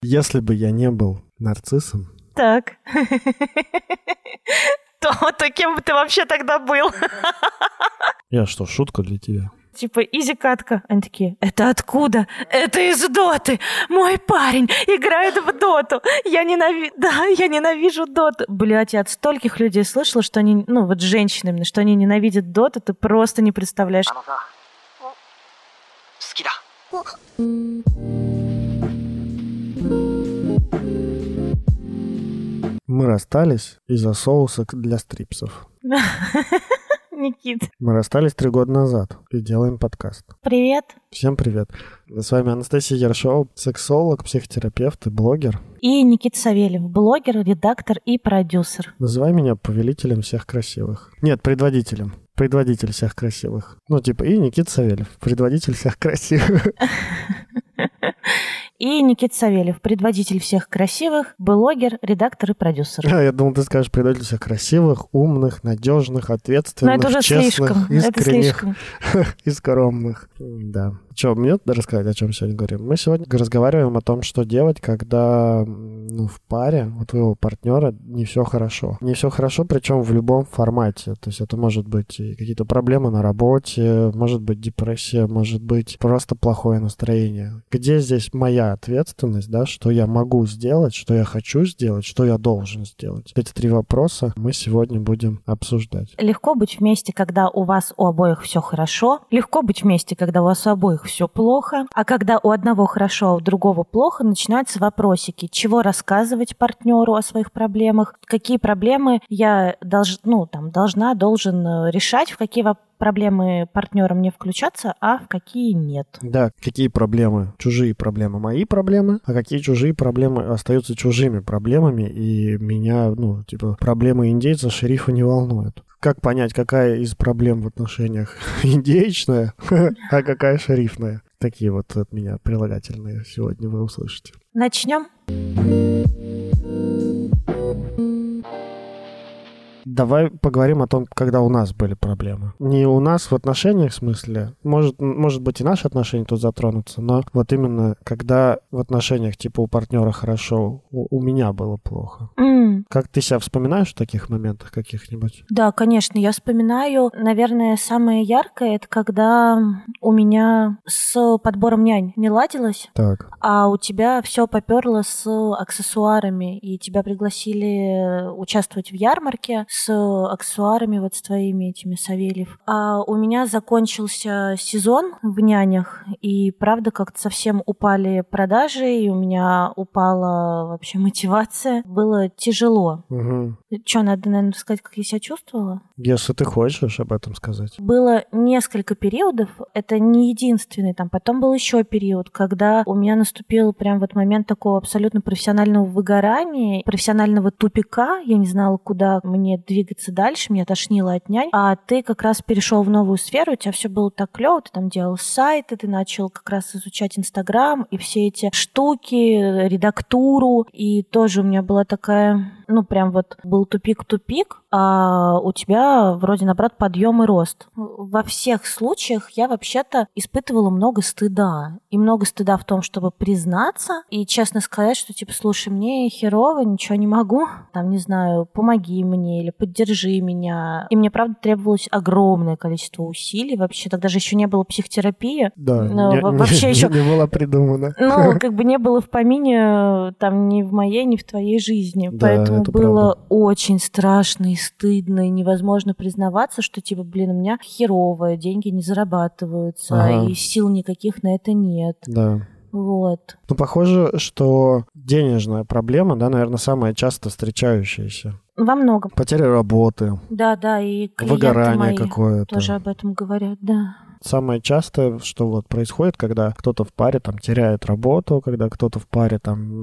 Если бы я не был нарциссом... Так. То кем бы ты вообще тогда был? Я что, шутка для тебя? Типа, изи-катка. Они такие, это откуда? Это из Доты. Мой парень играет в Доту. Я ненавижу Доту. Блять, я от стольких людей слышала, что они, женщины именно, что они ненавидят Доту, ты просто не представляешь. Мы расстались из-за соуса для стрипсов. Никит. Мы расстались 3 года назад и делаем подкаст. Привет. Всем привет. С вами Анастасия Ершова, сексолог, психотерапевт и блогер. И Никита Савельев, блогер, редактор и продюсер. Называй меня повелителем всех красивых. Нет, предводителем. Предводитель всех красивых. И Никита Савельев, предводитель всех красивых. И Никита Савельев, предводитель всех красивых, блогер, редактор и продюсер. Я думал, ты скажешь предводитель всех красивых, умных, надежных, ответственных, это уже честных, слишком. искренних и скромных. Да. Что, мне рассказать, о чем сегодня говорим? Мы сегодня разговариваем о том, что делать, когда в паре у твоего партнера не все хорошо. Не все хорошо, причем в любом формате. То есть это может быть и какие-то проблемы на работе, может быть депрессия, может быть просто плохое настроение. Где здесь моя ответственность, да, что я могу сделать, что я хочу сделать, что я должен сделать? Эти 3 вопроса мы сегодня будем обсуждать. Легко быть вместе, когда у вас у обоих все хорошо. Легко быть вместе, когда у вас у обоих все плохо. А когда у одного хорошо, а у другого плохо, начинаются вопросики. Чего рассказывать партнеру о своих проблемах? Какие проблемы я должен решать? В какие проблемы партнерам не включаться, а в какие нет. Да, какие проблемы, чужие проблемы, мои проблемы, а какие чужие проблемы остаются чужими проблемами, и меня, проблемы индейца шерифа не волнуют. Как понять, какая из проблем в отношениях индеечная, а какая шерифная? Такие вот от меня прилагательные сегодня вы услышите. Начнем? Давай поговорим о том, когда у нас были проблемы. Не у нас в отношениях, в смысле, может быть и наши отношения тут затронутся, но вот именно когда в отношениях у партнера хорошо, у меня было плохо. Как ты себя вспоминаешь в таких моментах каких-нибудь? Да, конечно, я вспоминаю, наверное, самое яркое, это когда у меня с подбором нянь не ладилось, так. А у тебя все поперло с аксессуарами, и тебя пригласили участвовать в ярмарке с аксессуарами вот с твоими этими, Савельев. А у меня закончился сезон в нянях, и правда как-то совсем упали продажи, и у меня упала вообще мотивация. Было тяжело. Угу. Что, надо, наверное, сказать, как я себя чувствовала? Если ты хочешь об этом сказать. Было несколько периодов, это не единственный, потом был еще период, когда у меня наступил прям вот момент такого абсолютно профессионального выгорания, профессионального тупика, я не знала, куда мне двигаться дальше, меня тошнило от нянь, а ты как раз перешел в новую сферу, у тебя все было так клево, ты там делал сайты, ты начал как раз изучать Инстаграм и все эти штуки, редактуру, и тоже у меня была такая, прям вот был тупик-тупик, а у тебя вроде, наоборот, подъем и рост. Во всех случаях я вообще-то испытывала много стыда. И много стыда в том, чтобы признаться и честно сказать, что, слушай, мне херово, ничего не могу, не знаю, помоги мне или поддержи меня. И мне, правда, требовалось огромное количество усилий. Вообще, тогда же еще не было психотерапии. Да, вообще еще не была придумана. Не было в помине ни в моей, ни в твоей жизни. Да, поэтому было правда. очень страшно и стыдно, и невозможно признаваться, что, у меня херово, деньги не зарабатываются, и сил никаких на это нет. Да. Вот. Похоже, что денежная проблема, наверное, самая часто встречающаяся. Во многом. Потеря работы. Да, и клиенты выгорание мои какое-то. тоже об этом говорят, да. Самое частое, что происходит, когда кто-то в паре теряет работу, когда кто-то в паре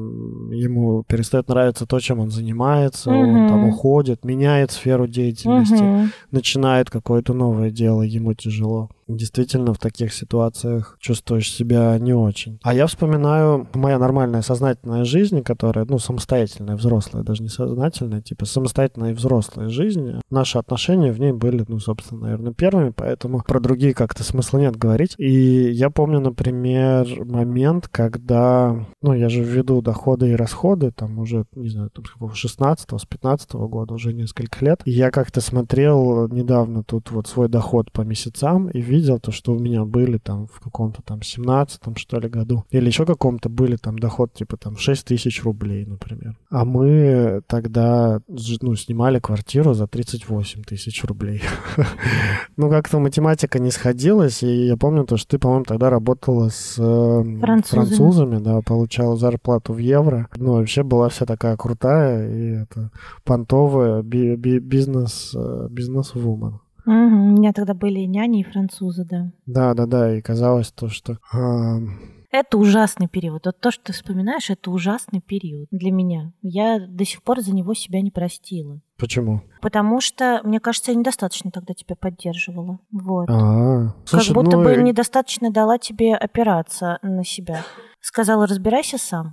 ему перестает нравиться то, чем он занимается, он уходит, меняет сферу деятельности, начинает какое-то новое дело, ему тяжело. действительно в таких ситуациях чувствуешь себя не очень. А я вспоминаю моя нормальная сознательная жизнь, которая, самостоятельная, взрослая, даже не сознательная, типа самостоятельная и взрослая жизнь. Наши отношения в ней были, собственно, наверное, первыми, поэтому про другие как-то смысла нет говорить. И я помню, например, момент, когда, я же введу доходы и расходы, там уже, не знаю, там с 15-го года, уже несколько лет. И я как-то смотрел недавно тут вот свой доход по месяцам и видел то, что у меня были там в каком-то там 17-м, что ли, году. Или еще каком-то были там доход типа там 6 тысяч рублей, например. А мы тогда, снимали квартиру за 38 тысяч рублей. Как-то математика не сходилась, и я помню то, что ты, по-моему, тогда работала с французами, да, получала зарплату в евро. Вообще была вся такая крутая и это понтовая бизнес-вумен. У меня тогда были и няни, и французы, да. Да, и казалось то, что... Это ужасный период. Вот то, что ты вспоминаешь, это ужасный период для меня. Я до сих пор за него себя не простила. Почему? Потому что, мне кажется, я недостаточно тогда тебя поддерживала. Вот. Слушай, как будто бы недостаточно дала тебе опираться на себя. Сказала, разбирайся сам.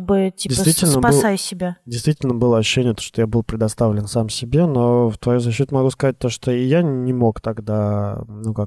Спасай себя. Действительно было ощущение, что я был предоставлен сам себе, но в твою защиту могу сказать то, что и я не мог тогда,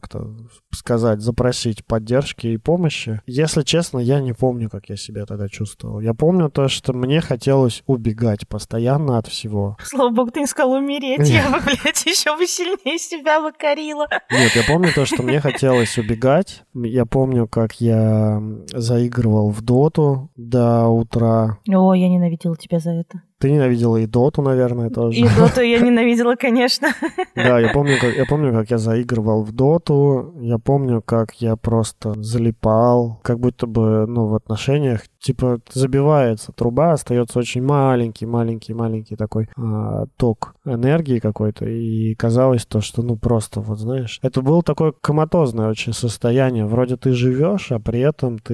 запросить поддержки и помощи. Если честно, я не помню, как я себя тогда чувствовал. Я помню то, что мне хотелось убегать постоянно от всего. Слава богу, ты не сказал умереть. Я бы, еще бы сильнее себя бы корила. Нет, я помню то, что мне хотелось убегать. Я помню, как я заигрывал в доту до утра. О, я ненавидела тебя за это. Ты ненавидела и доту, наверное, тоже. И доту я ненавидела, конечно. Да, я помню, как я заигрывал в доту. Я помню, как я просто залипал. Как будто бы, в отношениях, забивается труба, остается очень маленький такой ток энергии какой-то. И казалось то, что, просто, знаешь, это было такое коматозное очень состояние. Вроде ты живешь, а при этом ты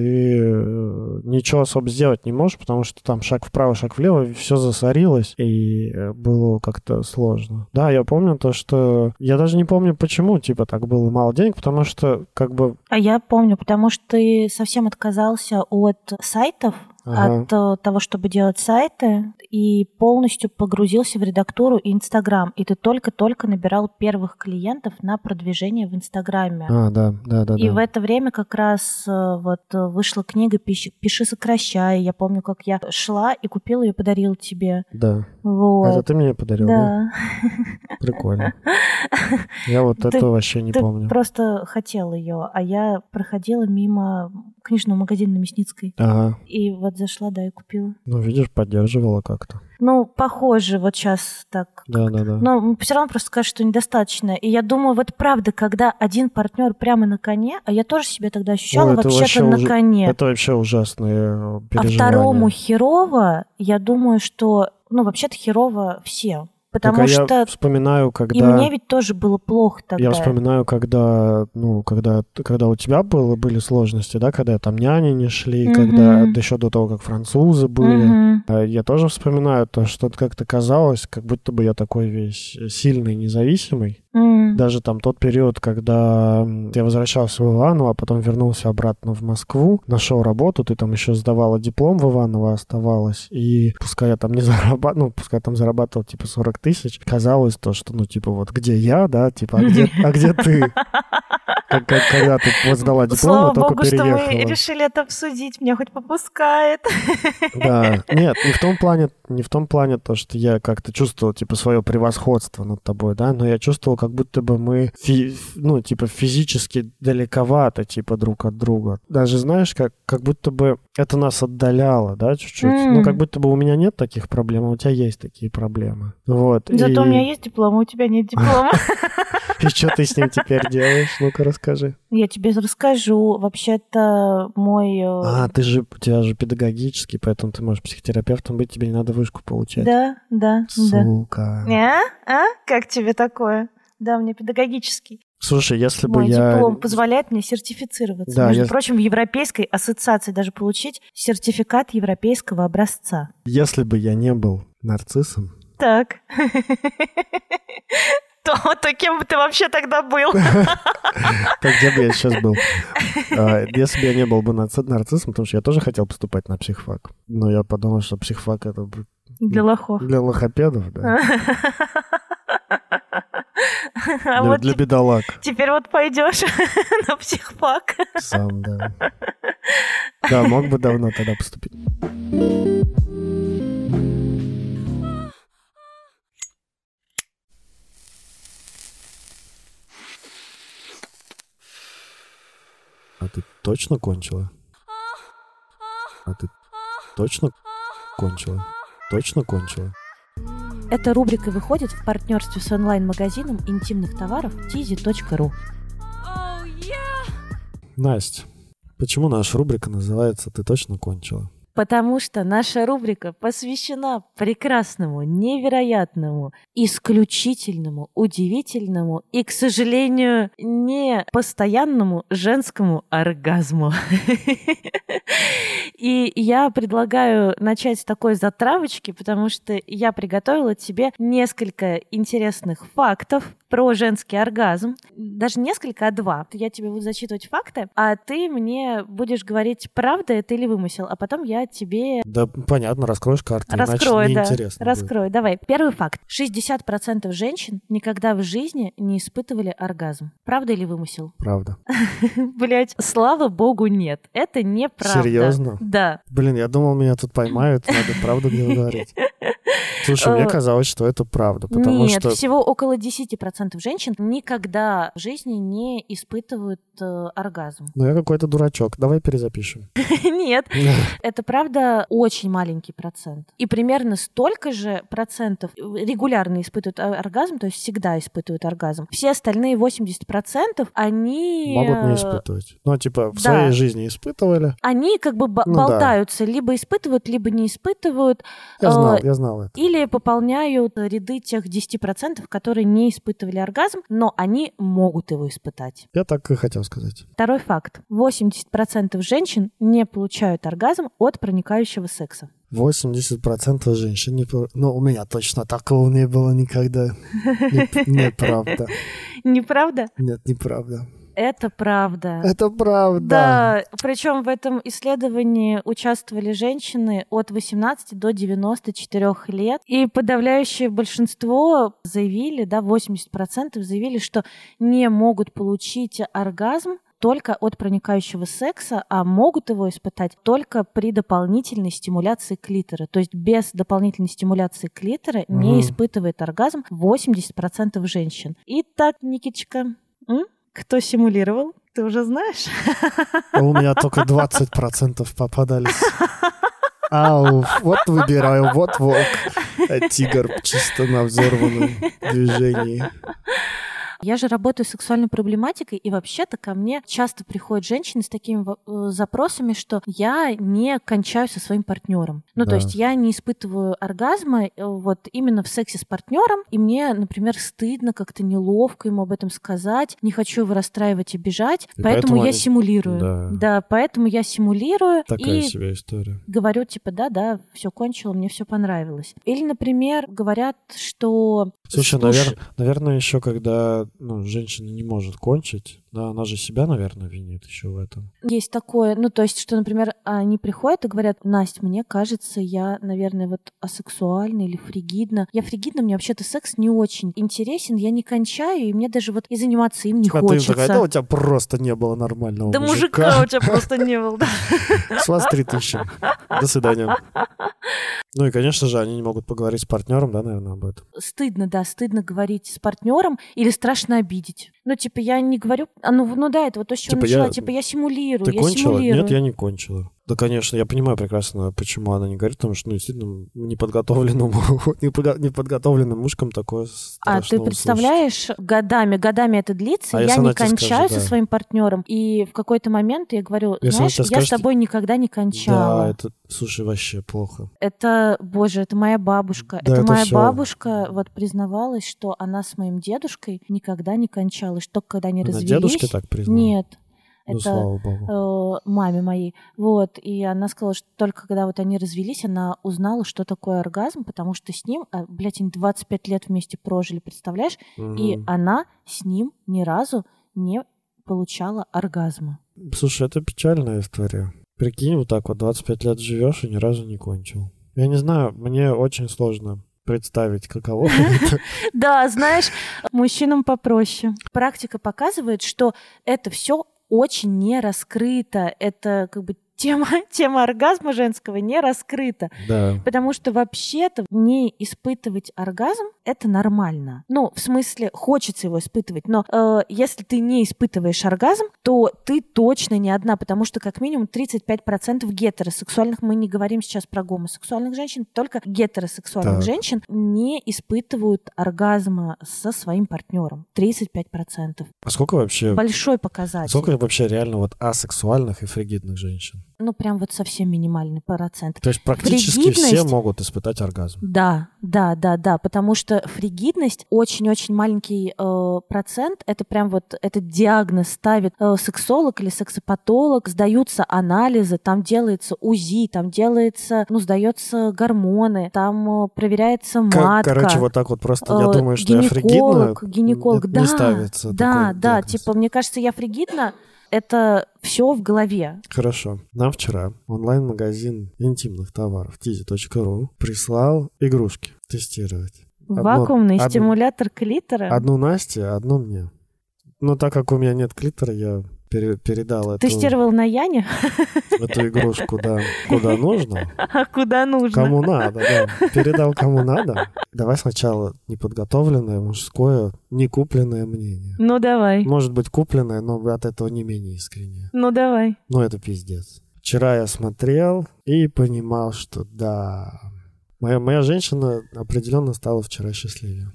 ничего особо сделать не можешь, потому что там шаг вправо, шаг влево, все засорилось, и было как-то сложно. Да, я помню то, что... Я даже не помню, почему, так было мало денег, потому что, А я помню, потому что ты совсем отказался от сайтов, от того, чтобы делать сайты, и полностью погрузился в редактуру и Инстаграм. И ты только-только набирал первых клиентов на продвижение в Инстаграме. Да. И в это время как раз вышла книга «Пиши, сокращай». Я помню, как я шла и купила ее, подарила тебе. Да. Вот. Это ты мне подарил, да? Прикольно. Я этого вообще не помню. Ты просто хотел ее, а я проходила мимо книжного магазина на Мясницкой. И зашла, да, и купила. Видишь, поддерживала как-то. Похоже, сейчас так. Да. Но все равно просто скажешь, что недостаточно. И я думаю, правда, когда один партнер прямо на коне, а я тоже себя тогда ощущала вообще-то на коне. Это вообще ужасные переживания. А второму херово, я думаю, что, вообще-то херово всем. Потому что я вспоминаю, когда... И мне ведь тоже было плохо тогда. Я вспоминаю, когда у тебя были сложности, да, когда там няни не шли, когда еще до того, как французы были. Я тоже вспоминаю то, что как-то казалось, как будто бы я такой весь сильный, независимый. Даже там тот период, когда я возвращался в Иваново, а потом вернулся обратно в Москву, нашел работу, ты там еще сдавала диплом в Иваново, оставалась, и пускай я там не зарабатывал, пускай там зарабатывал 40 тысяч, казалось то, что, где я, да, а где ты? Когда ты сдала диплом, Слава а только богу, переехала. что мы решили это обсудить, меня хоть попускает. Да, нет, не в том плане то, что я как-то чувствовал, свое превосходство над тобой, да, но я чувствовал, как будто бы мы, физически далековато, друг от друга. Даже, знаешь, как будто бы это нас отдаляло, да, чуть-чуть. Как будто бы у меня нет таких проблем, а у тебя есть такие проблемы. Вот. Зато у меня есть диплом, а у тебя нет диплома. И что ты с ним теперь делаешь? Ну-ка, расскажи. Я тебе расскажу. Вообще-то мой... у тебя же педагогический, поэтому ты можешь психотерапевтом быть, тебе не надо вышку получать. Да. Сука. Как тебе такое? Да, у меня педагогический. Слушай, если бы Мой диплом позволяет мне сертифицироваться. Да, Между прочим, в Европейской ассоциации даже получить сертификат европейского образца. Если бы я не был нарциссом... Так. то кем бы ты вообще тогда был? Так где бы я сейчас был? Если бы я не был бы нарциссом, потому что я тоже хотел поступать на психфак. Но я подумал, что психфак — это Для лохов. для лохопедов, да. А Для бедолаг. теперь вот пойдешь на психфак. Сам, да. Да, мог бы давно тогда поступить. А ты точно кончила? А ты точно кончила? Точно кончила? Эта рубрика выходит в партнерстве с онлайн-магазином интимных товаров tizi.ru. Настя, почему наша рубрика называется «Ты точно кончила»? Потому что наша рубрика посвящена прекрасному, невероятному, исключительному, удивительному и, к сожалению, не постоянному женскому оргазму. И я предлагаю начать с такой затравочки, потому что я приготовила тебе несколько интересных фактов про женский оргазм. Даже несколько, а два. Я тебе буду зачитывать факты, а ты мне будешь говорить, правда это или вымысел, а потом я тебе... Да, понятно, раскроешь карты, Раскрой, иначе да. неинтересно будет. Раскрой, давай. Первый факт. 60% женщин никогда в жизни не испытывали оргазм. Правда или вымысел? Правда. Блять, слава богу, нет. Это неправда. Серьезно? Да. Блин, я думал, меня тут поймают, надо правду говорить. Слушай, мне казалось, что это правда, потому Нет, что... всего около 10% женщин никогда в жизни не испытывают оргазм. Ну, я какой-то дурачок. Давай перезапишем. Нет, это правда очень маленький процент. И примерно столько же процентов регулярно испытывают оргазм, то есть всегда испытывают оргазм. Все остальные 80% они... Могут не испытывать. Ну, типа, в да. своей жизни испытывали. Они как бы болтаются, либо испытывают, либо не испытывают. Я знал это. Или пополняют ряды тех 10%, которые не испытывали оргазм, но они могут его испытать. Я так и хотел сказать. Второй факт. 80% женщин не получают оргазм от проникающего секса. 80% женщин не... Ну, у меня точно такого не было никогда. Неправда. Неправда? Нет, неправда. Это правда. Это правда. Да, причем в этом исследовании участвовали женщины от 18 до 94 лет, и подавляющее большинство заявили, да, 80% заявили, что не могут получить оргазм только от проникающего секса, а могут его испытать только при дополнительной стимуляции клитора. То есть без дополнительной стимуляции клитора не испытывает оргазм 80% женщин. Итак, Никитичка, кто симулировал? Ты уже знаешь? У меня только 20% попадались. Ау, вот выбираю, вот волк. А тигр чисто на взорванном движении. Я же работаю с сексуальной проблематикой, и вообще-то ко мне часто приходят женщины с такими запросами, что я не кончаю со своим партнером. Ну, Да. то есть я не испытываю оргазма вот именно в сексе с партнером, и мне, например, стыдно, как-то неловко ему об этом сказать, не хочу его расстраивать, обижать, И поэтому я они- симулирую. Да, поэтому я симулирую Такая и себе история. говорю, типа, да, все кончила, мне все понравилось. Или, например, говорят, что... Слушай, наверное, еще когда женщина не может кончить, да, она же себя, наверное, винит еще в этом. Есть такое, ну, то есть, что, например, они приходят и говорят: Настя, мне кажется, я, наверное, вот асексуальна или фригидна. Я фригидна, мне вообще-то секс не очень интересен, я не кончаю, и мне даже вот и заниматься им не А ты им хочется. такая, да у тебя просто не было нормального Да мужика у тебя просто не было, да. С вас 3000. До свидания. Ну и, конечно же, они не могут поговорить с партнером, да, наверное, об этом. Стыдно говорить с партнером или страшно обидеть. Ну, типа, я не говорю... Ну да, это вот то, с чего Типа начала. я- Типа, я симулирую, Ты я кончила? симулирую. Нет, я не кончила. Да, конечно, я понимаю прекрасно, почему она не говорит, потому что, действительно, неподготовленным мушкам такое А страшно ты представляешь, годами это длится, А я если не она тебе кончаю скажет, со да. своим партнером, и в какой-то момент я говорю: Если она знаешь, тебе я скажет, с тобой никогда не кончала. Да, это, слушай, вообще плохо. Это, боже, это моя бабушка. Да, это это моя всё. бабушка вот признавалась, что она с моим дедушкой никогда не кончала, что когда они Она развелись... дедушке так признала? Нет. Ну, слава богу. Маме моей. Вот, и она сказала, что только когда вот они развелись, она узнала, что такое оргазм, потому что с ним, блядь, они 25 лет вместе прожили, представляешь? И она с ним ни разу не получала оргазма. Слушай, это печальная история. Прикинь, вот так вот 25 лет живешь и ни разу не кончил. Я не знаю, мне очень сложно представить, каково это. Да, знаешь, мужчинам попроще. Практика показывает, что это все очень не раскрыто. Это как бы тема оргазма женского не раскрыта. Да. Потому что вообще-то не испытывать оргазм — это нормально. Ну, в смысле, хочется его испытывать. Но если ты не испытываешь оргазм, то ты точно не одна, потому что как минимум 35% гетеросексуальных, мы не говорим сейчас про гомосексуальных женщин, только гетеросексуальных женщин не испытывают оргазма со своим партнером. 35%. А сколько вообще... Большой показатель. Сколько вообще реально вот асексуальных и фригидных женщин? Ну, прям вот совсем минимальный процент. То есть практически все могут испытать оргазм? Да, потому что фригидность очень-очень маленький процент. Это прям вот этот диагноз ставит сексолог или сексопатолог. Сдаются анализы, там делается УЗИ, там делается, сдается гормоны, там проверяется матка. Короче, вот так вот просто я думаю, что я фригидна. Гинеколог, не ставится. Да, типа, мне кажется, я фригидна. Это все в голове. Хорошо. Нам вчера онлайн-магазин интимных товаров tizi.ru прислал игрушки тестировать. Вакуумный стимулятор клитора? Одну Насте, одну мне. Но так как у меня нет клитора, я передал Тестировал на Яне? Эту игрушку, да, куда нужно. А куда нужно? Кому надо, да. Передал кому надо. Давай сначала неподготовленное, мужское, не купленное мнение. Ну, давай. Может быть, купленное, но от этого не менее искреннее. Ну, давай. Ну, это пиздец. Вчера я смотрел и понимал, что да, моя женщина определенно стала вчера счастливее.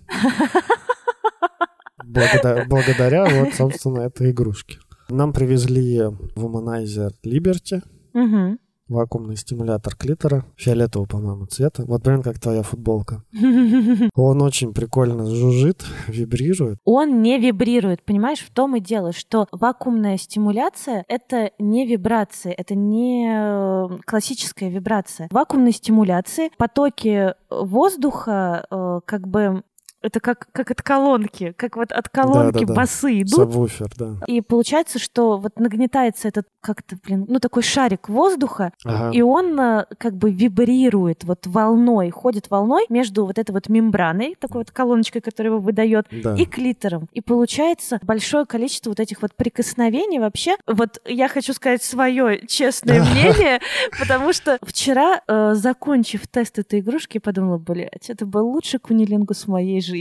Благодаря вот, собственно, этой игрушке. Нам привезли Womanizer Liberty, вакуумный стимулятор клитора, фиолетового, по-моему, цвета. Вот прям как твоя футболка. Он очень прикольно жужжит, вибрирует. Он не вибрирует, понимаешь? В том и дело, что вакуумная стимуляция — это не вибрация, это не классическая вибрация. В вакуумной стимуляции потоки воздуха как бы... Это как от колонки, как вот от колонки басы идут. Сабвуфер, да. И получается, что вот нагнетается этот как-то, такой шарик воздуха, и он как бы вибрирует вот волной, ходит волной между вот этой вот мембраной, такой вот колоночкой, которая его выдает, и клитором. И получается большое количество вот этих вот прикосновений вообще. Вот я хочу сказать свое честное мнение, потому что вчера, закончив тест этой игрушки, подумала, блядь, это был лучший кунилингус в моей жизни.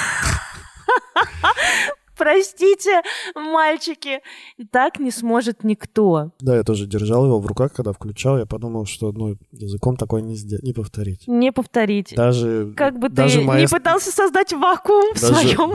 Простите, мальчики, так не сможет никто. Да, я тоже держал его в руках, когда включал, я подумал, что языком такое не повторить. Не повторить. Даже ты не пытался создать вакуум в своем.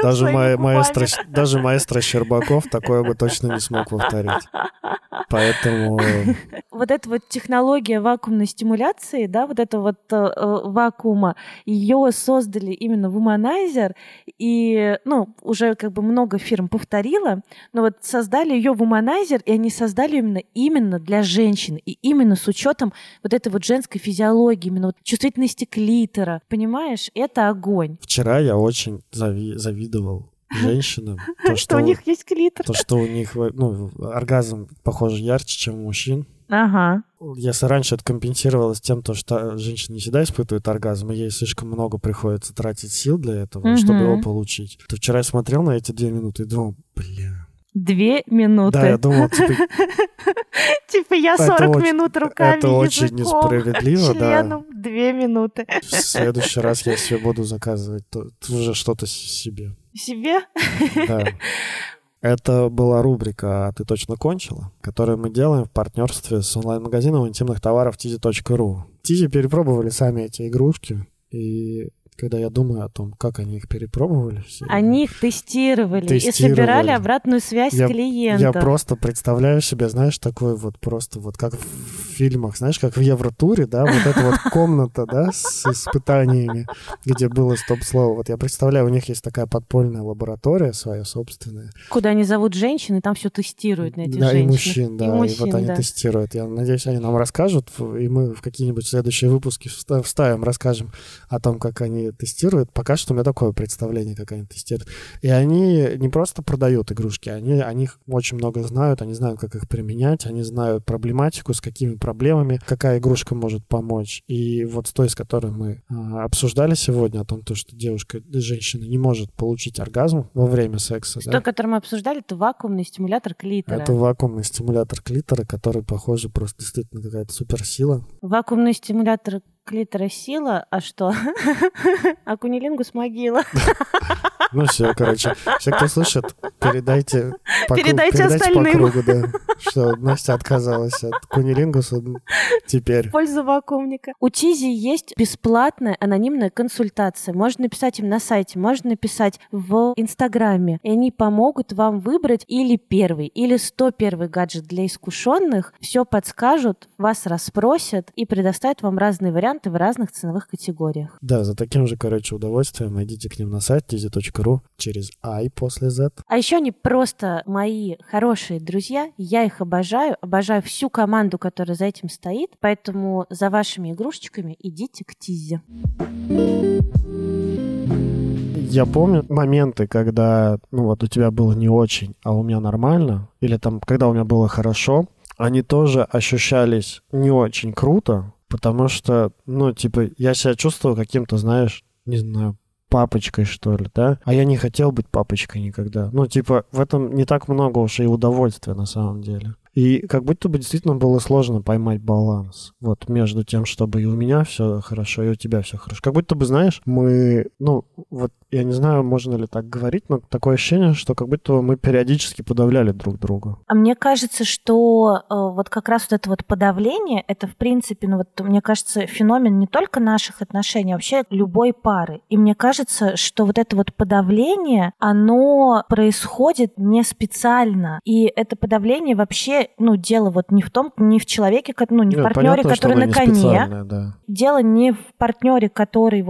Даже маэстро Щербаков такое бы точно не смог повторить. Поэтому... Вот эта вот технология вакуумной стимуляции, да, вот это вот вакуума, ее создали именно Womanizer, и, уже как бы много фирм повторила, но вот создали ее Womanizer, и они создали именно для женщин, и именно с учетом вот этой вот женской физиологии, именно вот чувствительности клитора, понимаешь, это огонь. Вчера я очень завидовал женщинам. Что у них есть клитор. То, что у них оргазм, похоже, ярче, чем у мужчин. Ага. Если раньше это компенсировалось тем, что женщина не всегда испытывает оргазм, и ей слишком много приходится тратить сил для этого, чтобы его получить, то вчера я смотрел на эти 2 минуты и думал, 2 минуты. Да, я думал, типа я 40 минут руками, это очень несправедливо, членом, 2 минуты. В следующий раз я себе буду заказывать уже что-то себе. Себе? Да. Это была рубрика «А ты точно кончила?», которую мы делаем в партнерстве с онлайн-магазином интимных товаров tizi.ru. Tizi перепробовали сами эти игрушки, и когда я думаю о том, как они их перепробовали. Все. Они их тестировали и собирали обратную связь с клиентом. Я просто представляю себе, знаешь, такой вот просто вот как в фильмах, знаешь, как в Евротуре, да, вот эта вот комната, да, с испытаниями, где было стоп-слово. Вот я представляю, у них есть такая подпольная лаборатория своя собственная. Куда они зовут женщин, и там все тестируют на этих женщин. Да, и мужчин, да, и вот они тестируют. Я надеюсь, они нам расскажут, и мы в какие-нибудь следующие выпуски вставим, расскажем о том, как они тестируют. Пока что у меня такое представление, как они тестируют. И они не просто продают игрушки, они о них очень много знают, они знают, как их применять, они знают проблематику, с какими проблемами, какая игрушка может помочь. И вот с той, с которой мы обсуждали сегодня, о том, что девушка, женщина не может получить оргазм во время секса. С той, которую мы обсуждали, это вакуумный стимулятор клитора. Это вакуумный стимулятор клитора, который, похоже, просто действительно какая-то суперсила. Вакуумный стимулятор клитора сила, а что? А кунилингус могила. Ну все, короче, все, кто слышит, передайте остальным. По кругу, да, что Настя отказалась от кунилингуса теперь. В пользу вакуумника. У Тизи есть бесплатная анонимная консультация. Можно написать им на сайте, можно написать в Инстаграме. И они помогут вам выбрать или первый, или 101 гаджет для искушенных. Все подскажут, вас расспросят и предоставят вам разные варианты в разных ценовых категориях. Да, за таким же, короче, удовольствием идите к ним на сайт tizi.ru через I после Z. А еще они просто мои хорошие друзья. Я их обожаю всю команду, которая за этим стоит. Поэтому за вашими игрушечками идите к Тизе. Я помню моменты, когда, вот у тебя было не очень, а у меня нормально, или там, когда у меня было хорошо, они тоже ощущались не очень круто, потому что, я себя чувствовал каким-то, знаешь, не знаю, папочкой, что ли, да? А я не хотел быть папочкой никогда. В этом не так много уж и удовольствия на самом деле. И как будто бы действительно было сложно поймать баланс. Вот между тем, чтобы и у меня все хорошо, и у тебя все хорошо. Как будто бы, знаешь, мы, я не знаю, можно ли так говорить, но такое ощущение, что как будто бы мы периодически подавляли друг друга. А мне кажется, что вот как раз вот это вот подавление, это в принципе, мне кажется, феномен не только наших отношений, а вообще любой пары. И мне кажется, что вот это вот подавление, оно происходит не специально. И это подавление вообще, дело вот не в человеке, не в партнере, который на коне. Да. Дело не в партнере, который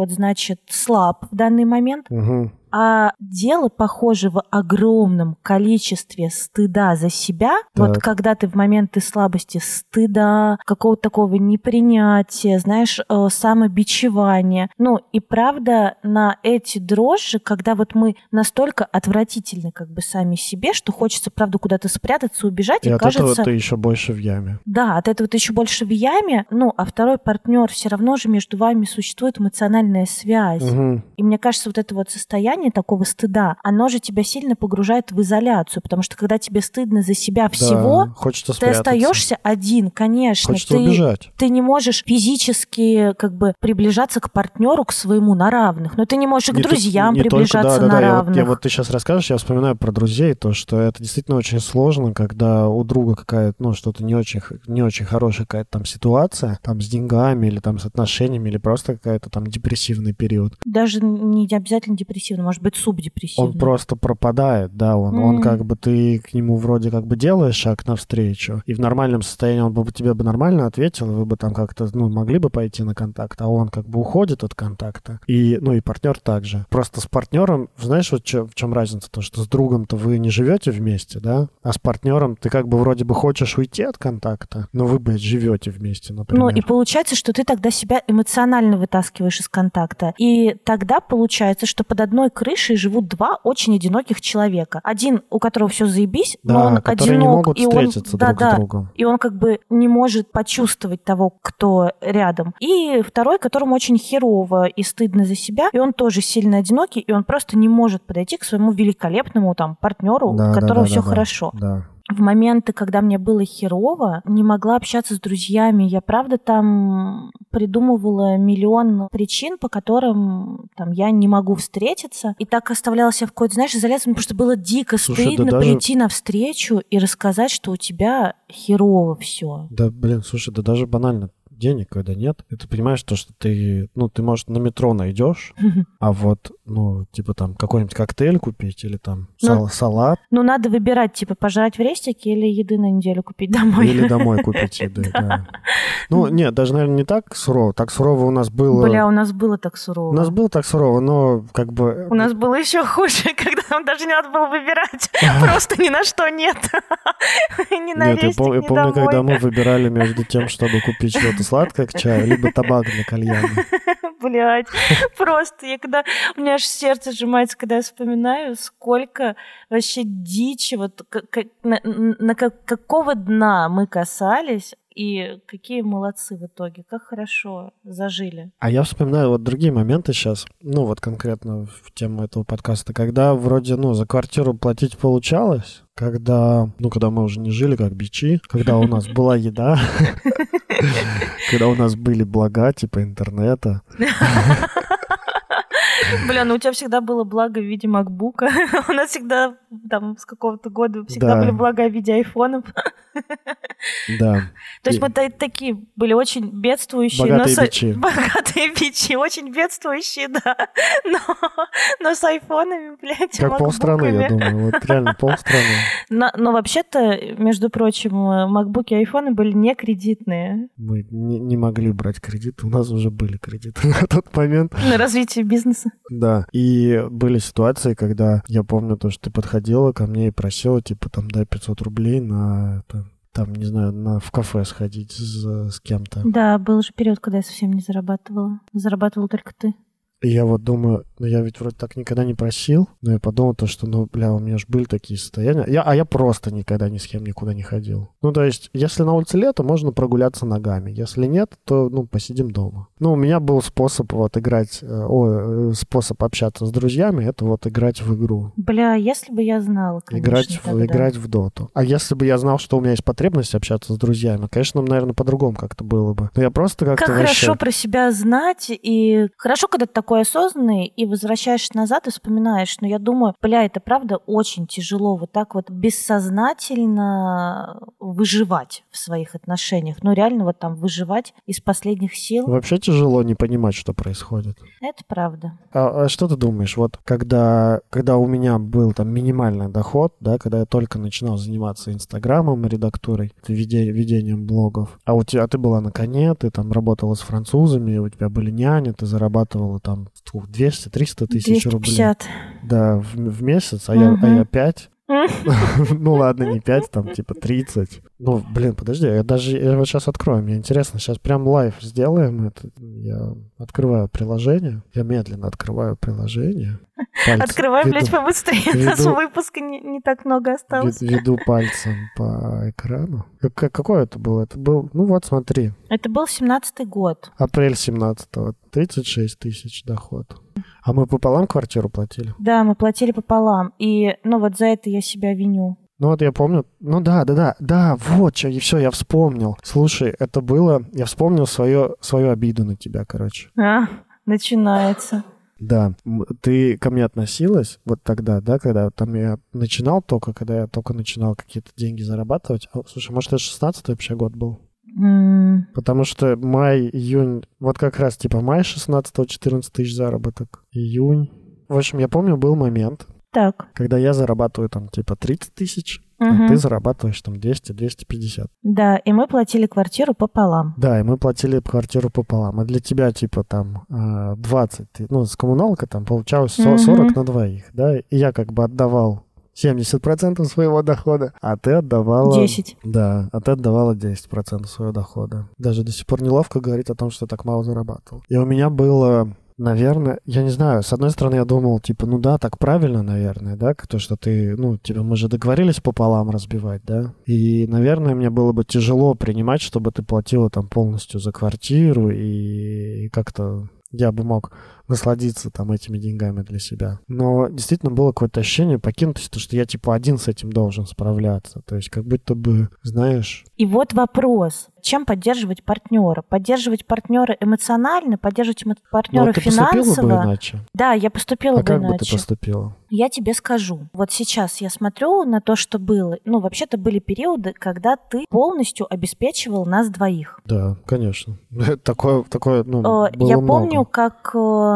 слаб в данный момент. Угу. А дело, похоже, в огромном количестве стыда за себя. Так. Вот когда ты в моменты слабости стыда, какого-то такого непринятия, знаешь, самобичевания. И правда, на эти дрожжи, когда вот мы настолько отвратительны сами себе, что хочется, правда, куда-то спрятаться, убежать. И от этого ты еще больше в яме. Да, от этого ты еще больше в яме. А второй партнер, все равно же между вами существует эмоциональная связь. Угу. И мне кажется, вот это вот состояние такого стыда, оно же тебя сильно погружает в изоляцию, потому что когда тебе стыдно за себя всего, хочется ты спрятаться. Остаешься один, конечно. Хочется убежать. Ты не можешь физически приближаться к партнеру, к своему на равных, но ты не можешь и к друзьям приближаться на равных. Вот ты сейчас расскажешь, я вспоминаю про друзей, то, что это действительно очень сложно, когда у друга какая-то, что-то не очень хорошая какая-то там ситуация, там с деньгами или там с отношениями, или просто какая-то там депрессивный период. Даже не обязательно депрессивный, может быть, субдепрессивный. Он просто пропадает, да, он ты к нему вроде делаешь шаг навстречу, и в нормальном состоянии он бы тебе нормально ответил, вы бы там как-то, могли бы пойти на контакт, а он уходит от контакта, и партнер также. Просто с партнером, знаешь, вот в чем разница, то, что с другом-то вы не живете вместе, да, а с партнером ты вроде бы хочешь уйти от контакта, но вы, живете вместе, например. И получается, что ты тогда себя эмоционально вытаскиваешь из контакта, и тогда получается, что под одной крышей живут два очень одиноких человека. Один, у которого все заебись, но он которые одинок, не могут и встретиться друг с другом. И он не может почувствовать того, кто рядом. И второй, которому очень херово и стыдно за себя, и он тоже сильно одинокий, и он просто не может подойти к своему великолепному партнеру, у которого все хорошо. Да. В моменты, когда мне было херово, не могла общаться с друзьями. Я, правда, там придумывала миллион причин, по которым я не могу встретиться. И так оставляла себя в какой-то, изоляции, потому что было дико стыдно прийти навстречу и рассказать, что у тебя херово все. Да, слушай, даже банально. денег, когда нет. И ты понимаешь то, что ты, ну, ты, может, на метро найдешь, а вот, ну, типа там какой-нибудь коктейль купить или там салат. Ну, надо выбирать, типа, пожрать в рестике или еды на неделю купить домой. Или домой купить еды, да. Ну, нет, даже, наверное, не так сурово. Так сурово у нас было... Бля, у нас было так сурово. У нас было так сурово, но как бы... У нас было еще хуже, когда нам даже не надо было выбирать. Просто ни на что нет. Ни на рестик, я ни помню, когда домой. мы выбирали между тем, чтобы купить что-то сладкое к чаю, либо табак для кальяна. Блядь, просто у меня аж сердце сжимается, когда я вспоминаю, сколько вообще дичи, вот на какого дна мы касались, и какие молодцы в итоге, как хорошо зажили. А я вспоминаю вот другие моменты сейчас, ну вот конкретно в тему этого подкаста, когда вроде, ну, за квартиру платить получалось, когда мы уже не жили как бичи, когда у нас была еда, когда у нас были блага типа интернета. Бля, ну у тебя всегда было благо в виде макбука. У нас всегда, там, с какого-то года всегда были блага в виде айфонов. Да. То есть мы такие были очень бедствующие. Богатые бичи. Богатые бичи, очень бедствующие, да. Но с айфонами, блядь, как полстраны, я думаю. Вот реально полстраны. Но вообще-то, между прочим, макбуки и айфоны были не кредитные. Мы не могли брать кредиты. У нас уже были кредиты на тот момент. На развитие бизнеса. Да. И были ситуации, когда я помню то, что ты подходила ко мне и просила, типа, там, дай 500 рублей на... Там, не знаю, в кафе сходить с кем-то. Да, был же период, когда я совсем не зарабатывала. Зарабатывала только ты. И я вот думаю, ну я ведь вроде так никогда не просил, но я подумал то, что, ну, бля, у меня же были такие состояния. Я просто никогда ни с кем никуда не ходил. Ну, то есть, если на улице лето, можно прогуляться ногами. Если нет, то, ну, посидим дома. Ну, у меня был способ вот играть, способ общаться с друзьями, это вот играть в игру. Бля, если бы я знала, конечно, играть в доту. А если бы я знал, что у меня есть потребность общаться с друзьями, конечно, наверное, по-другому как-то было бы. Но я просто как-то Как хорошо про себя знать, и хорошо, когда ты такой осознанный, и возвращаешься назад и вспоминаешь. Но я думаю, бля, это правда очень тяжело вот так вот бессознательно выживать в своих отношениях. Ну, реально вот там выживать из последних сил. Вообще тяжело не понимать, что происходит. Это правда. А что ты думаешь, вот когда у меня был там минимальный доход, да, когда я только начинал заниматься Инстаграмом, редактурой, ведением блогов, ты была на коне, ты там работала с французами, у тебя были няни, ты зарабатывала там 200-300 тысяч рублей. 250. Да, в месяц, а я 5. Ну ладно, не 5, там типа 30. Ну, блин, подожди, я вот сейчас открою, мне интересно, сейчас прям лайв сделаем это. Я открываю приложение, я медленно открываю приложение. Открывай, блядь, побыстрее, у нас выпуска не так много осталось. Веду пальцем по экрану. Какой это был? Это был, ну вот смотри. Это был 17-й год. Апрель 17-го, 36 тысяч доход. А мы пополам квартиру платили? Да, мы платили пополам. И, ну, вот за это я себя виню. Ну вот я помню, ну да, вот что, и все, я вспомнил. Слушай, это было, я вспомнил свою обиду на тебя, короче. Начинается. Да, ты ко мне относилась вот тогда, да, когда там я начинал когда я только начинал какие-то деньги зарабатывать. Слушай, может, это 16-й вообще год был? Потому что май, июнь, вот как раз типа май 16-го 14 тысяч заработок, июнь. В общем, я помню, был момент, так, когда я зарабатываю там типа 30 тысяч, а ты зарабатываешь там 200-250. Да, и мы платили квартиру пополам. Да, и мы платили квартиру пополам. А для тебя типа там 20, ну, с коммуналкой там получалось 40 на двоих, да? И я как бы отдавал 70% своего дохода, а ты отдавала... 10. Да, а ты отдавала 10% своего дохода. Даже до сих пор неловко говорить о том, что так мало зарабатывал. И у меня было... Наверное, я не знаю, с одной стороны я думал, типа, ну да, так правильно, наверное, да, то, что ты, ну, типа, мы же договорились пополам разбивать, да, и, наверное, мне было бы тяжело принимать, чтобы ты платила там полностью за квартиру, и как-то я бы мог насладиться там этими деньгами для себя. Но действительно было какое-то ощущение покинутости, что я типа один с этим должен справляться. То есть как будто бы, знаешь... И вот вопрос. Чем поддерживать партнера? Поддерживать партнера эмоционально, поддерживать партнера финансово? Поступила бы иначе. Да, я поступила бы иначе. А как бы ты поступила? Я тебе скажу. Вот сейчас я смотрю на то, что было. Ну, вообще-то были периоды, когда ты полностью обеспечивал нас двоих. Да, конечно. Такое, было Я много. помню, как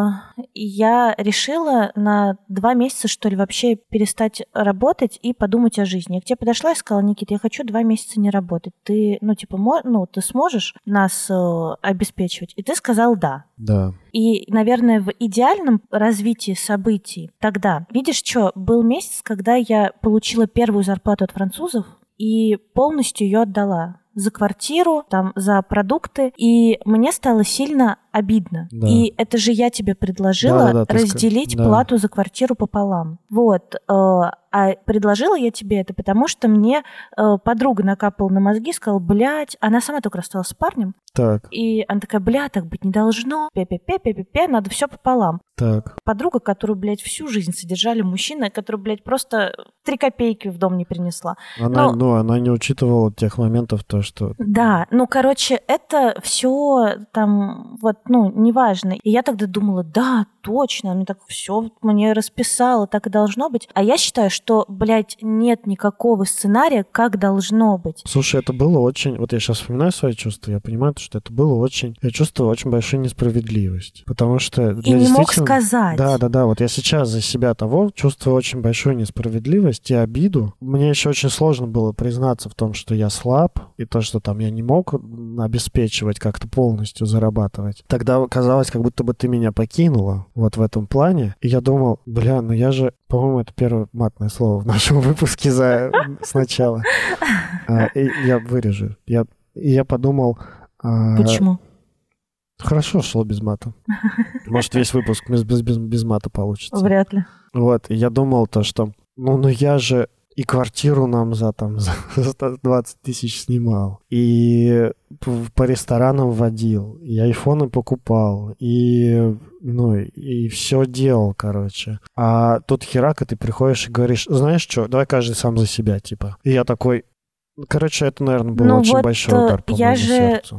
я решила на 2 месяца, что ли, вообще перестать работать и подумать о жизни. Я к тебе подошла и сказала: Никит, я хочу 2 месяца не работать. Ты, ты сможешь нас обеспечивать? И ты сказал да. Да. И, наверное, в идеальном развитии событий тогда, видишь, что был месяц, когда я получила первую зарплату от французов и полностью ее отдала за квартиру, за продукты, и мне стало сильно обидно. Да. И это же я тебе предложила разделить плату за квартиру пополам. Вот. А предложила я тебе это, потому что мне подруга накапала на мозги, сказала: блядь, она сама только рассталась с парнем. Так. И она такая: бля, так быть не должно, пе-пе-пе, надо все пополам. Так. Подруга, которую, блядь, всю жизнь содержали мужчины, которая, блядь, просто 3 копейки в дом не принесла. Она не учитывала тех моментов, что... Да, это все неважно. И я тогда думала: да, точно, она так все мне расписала, так и должно быть. А я считаю, что, блядь, нет никакого сценария, как должно быть. Слушай, это было очень... Вот я сейчас вспоминаю свои чувства, я понимаю, что это было очень... Я чувствовал очень большую несправедливость. Потому что... И не мог сказать. Да. Вот я сейчас за себя чувствую очень большую несправедливость и обиду. Мне еще очень сложно было признаться в том, что я слаб, и то, что я не мог обеспечивать, как-то полностью зарабатывать. Тогда казалось, как будто бы ты меня покинула вот в этом плане. И я думал: я же... По-моему, это первое матное слово в нашем выпуске сначала. И я вырежу. Я подумал... Почему? Хорошо шло без мата. Может, весь выпуск без мата получится. Вряд ли. Вот, и я думал что... я же и квартиру нам за 20 тысяч снимал, и по ресторанам водил, и айфоны покупал, и все делал, короче. А тут херак, и ты приходишь и говоришь: знаешь что, давай каждый сам за себя, типа. И я такой... Короче, это, наверное, был очень большой удар по моему сердцу.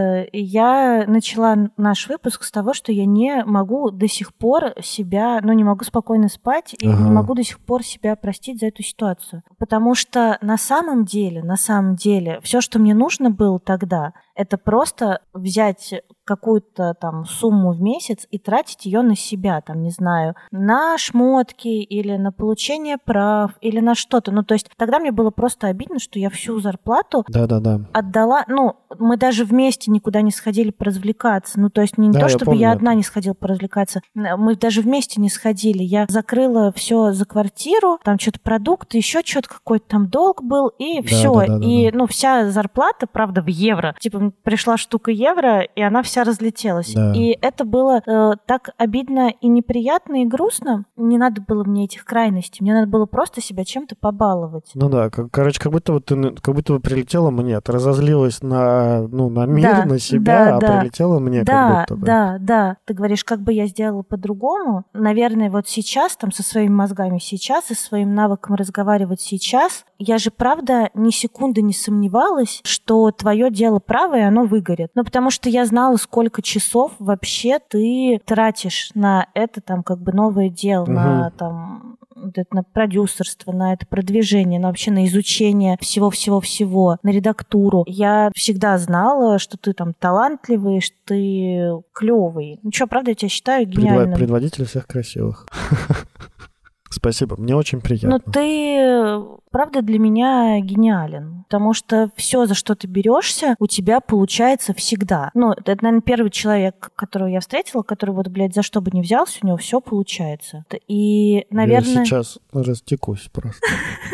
Я начала наш выпуск с того, что я не могу до сих пор себя, не могу спокойно спать и не могу до сих пор себя простить за эту ситуацию. Потому что на самом деле, все, что мне нужно было тогда, это просто взять какую-то сумму в месяц и тратить ее на себя, на шмотки или на получение прав или на что-то. То есть тогда мне было просто обидно, что я всю зарплату отдала. Мы даже вместе никуда не сходили поразвлекаться. То есть не то, чтобы я одна не сходила поразвлекаться. Мы даже вместе не сходили. Я закрыла все за квартиру, что-то продукты, еще что-то, какой-то долг был, и все. Вся зарплата, правда, в евро. Пришла штука евро, и она вся разлетелась. Да. И это было так обидно и неприятно, и грустно. Не надо было мне этих крайностей. Мне надо было просто себя чем-то побаловать. Как будто бы прилетела мне. Ты разозлилась на мир, на себя, прилетела мне как будто бы. Да. Ты говоришь, как бы я сделала по-другому. Наверное, вот сейчас, со своими мозгами сейчас, и своим навыком разговаривать сейчас, я же, правда, ни секунды не сомневалась, что твое дело правое, и оно выгорит. Потому что я знала, сколько часов вообще ты тратишь на это новое дело, на продюсерство, на это продвижение, вообще на изучение всего-всего-всего, на редактуру. Я всегда знала, что ты талантливый, что ты клевый. Правда, я тебя считаю гениальным. Предводитель всех красивых. Спасибо, мне очень приятно. Ты, правда, для меня гениален, потому что все, за что ты берешься, у тебя получается всегда. Это, наверное, первый человек, которого я встретила, который за что бы ни взялся, у него все получается. И, наверное... Я сейчас растекусь просто.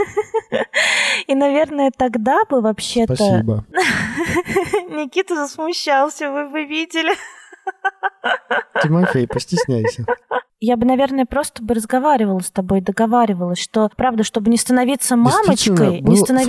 И, наверное, тогда бы вообще-то... Спасибо. Никита засмущался, вы бы видели. Тимофей, постесняйся. Я бы, наверное, просто разговаривала с тобой, договаривалась, что, правда, чтобы не становиться мамочкой,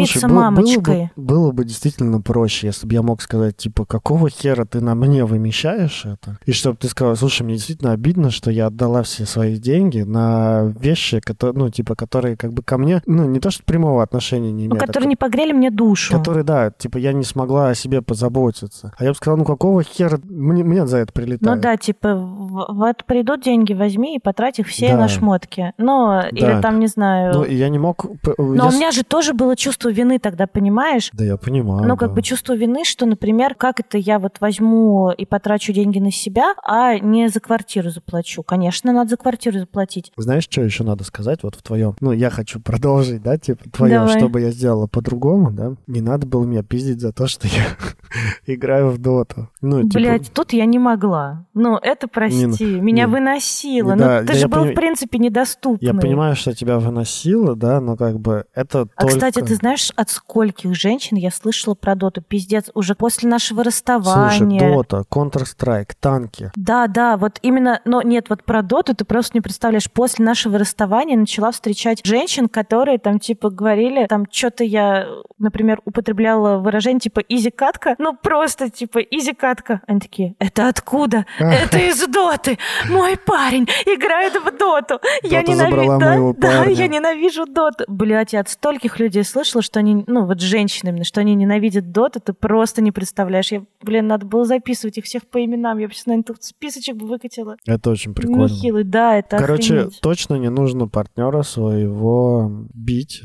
Было бы действительно проще, если бы я мог сказать, какого хера ты на мне вымещаешь это? И чтобы ты сказал: слушай, мне действительно обидно, что я отдала все свои деньги на вещи, которые ко мне, не то что прямого отношения не имеют. Которые не погрели мне душу. Которые, я не смогла о себе позаботиться. А я бы сказал: какого хера мне за это прилетает? Вот придут деньги, возьми возьми и потрать их все на шмотки. Или там, не знаю... Ну, я не мог... Но у меня же тоже было чувство вины тогда, понимаешь? Да, я понимаю. Как бы чувство вины, что, например, как это я вот возьму и потрачу деньги на себя, а не за квартиру заплачу. Конечно, надо за квартиру заплатить. Знаешь, что еще надо сказать вот в твоем? Я хочу продолжить, да, твое, Давай. что бы я сделала по-другому, да? Не надо было меня пиздить за то, что я играю в доту. Блядь, тут я не могла. Это, прости, меня выносило. Ты же был, в принципе, недоступный. Я понимаю, что тебя выносило, да, но как бы это только... Кстати, ты знаешь, от скольких женщин я слышала про доту? Пиздец, уже после нашего расставания. Слушай, дота, Counter-Strike, танки. Да, вот именно... Но нет, вот про доту ты просто не представляешь. После нашего расставания начала встречать женщин, которые там типа говорили, там что-то я, например, употребляла выражение типа изи-катка. Просто типа изи-катка. Они такие, это откуда? Это из доты. Мой парень играет в доту. Я ненавижу доту. Блядь, я от стольких людей слышала, что они, вот женщины именно, что они ненавидят доту, ты просто не представляешь. Надо было записывать их всех по именам. Я бы сейчас, наверное, тут списочек бы выкатила. Это очень прикольно. Нехилый, да, это охренеть. Точно не нужно партнера своего бить,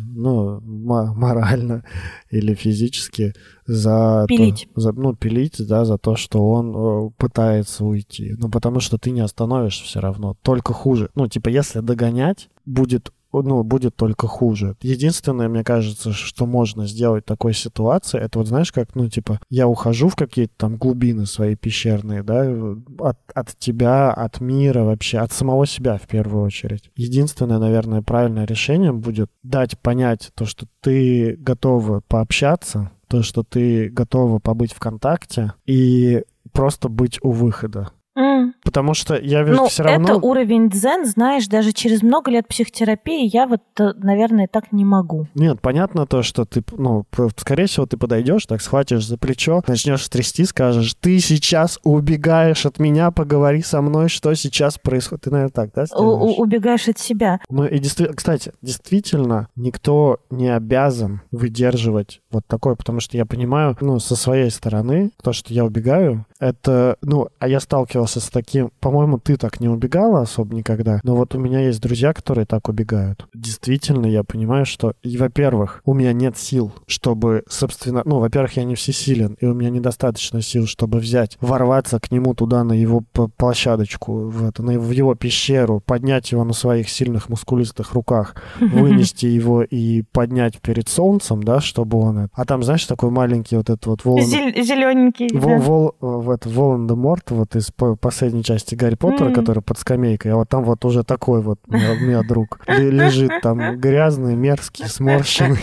морально или физически за пилить. Пилить, да, за то, что он пытается уйти. Потому что ты не остановишь все равно. Только хуже. Если догонять, будет только хуже. Единственное, мне кажется, что можно сделать в такой ситуации, это вот знаешь, как, я ухожу в какие-то там глубины свои пещерные, да, от тебя, от мира вообще, от самого себя в первую очередь. Единственное, наверное, правильное решение будет дать понять то, что ты готова пообщаться, то, что ты готова побыть в контакте и просто быть у выхода. Потому что я вижу все равно... это уровень дзен, знаешь, даже через много лет психотерапии я наверное, так не могу. Нет, понятно то, что ты, скорее всего, ты подойдешь, так схватишь за плечо, начнешь трясти, скажешь, ты сейчас убегаешь от меня, поговори со мной, что сейчас происходит. Ты, наверное, так, да, сделаешь? Убегаешь от себя. Кстати, действительно, никто не обязан выдерживать вот такое, потому что я понимаю, со своей стороны, то, что я убегаю, это, а я сталкивался с таким, по-моему, ты так не убегала особо никогда, но вот у меня есть друзья, которые так убегают. Действительно, я понимаю, что, во-первых, у меня нет сил, чтобы, собственно, во-первых, я не всесилен, и у меня недостаточно сил, чтобы ворваться к нему туда, на его площадочку, в его пещеру, поднять его на своих сильных мускулистых руках, вынести его и поднять перед солнцем, да, чтобы он... А там, знаешь, такой маленький вот этот вот зелененький, Волан-де-Морт, вот из последней части Гарри Поттера, который под скамейкой, а вот там вот уже такой вот у меня друг лежит там грязный, мерзкий, сморщенный.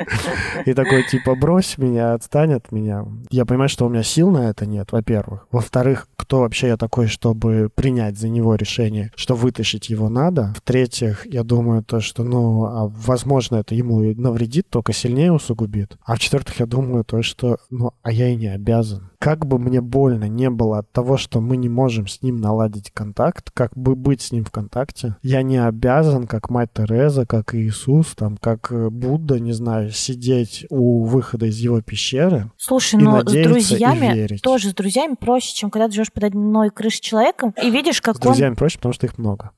И такой, типа, брось меня, отстань от меня. Я понимаю, что у меня сил на это нет, во-первых. Во-вторых, кто вообще я такой, чтобы принять за него решение, что вытащить его надо. В-третьих, я думаю, то, что, возможно, это ему навредит, только сильнее усугубит. А в-четвертых, я думаю то, что, а я и не обязан. Как бы мне больно не было от того, что мы не можем с ним наладить контакт, как бы быть с ним в контакте, я не обязан, как мать Тереза, как Иисус, там, как Будда, не знаю, сидеть у выхода из его пещеры. Слушай, но с друзьями, тоже с друзьями проще, чем когда ты живешь под одной крышей человеком и видишь, как с друзьями проще, потому что их много.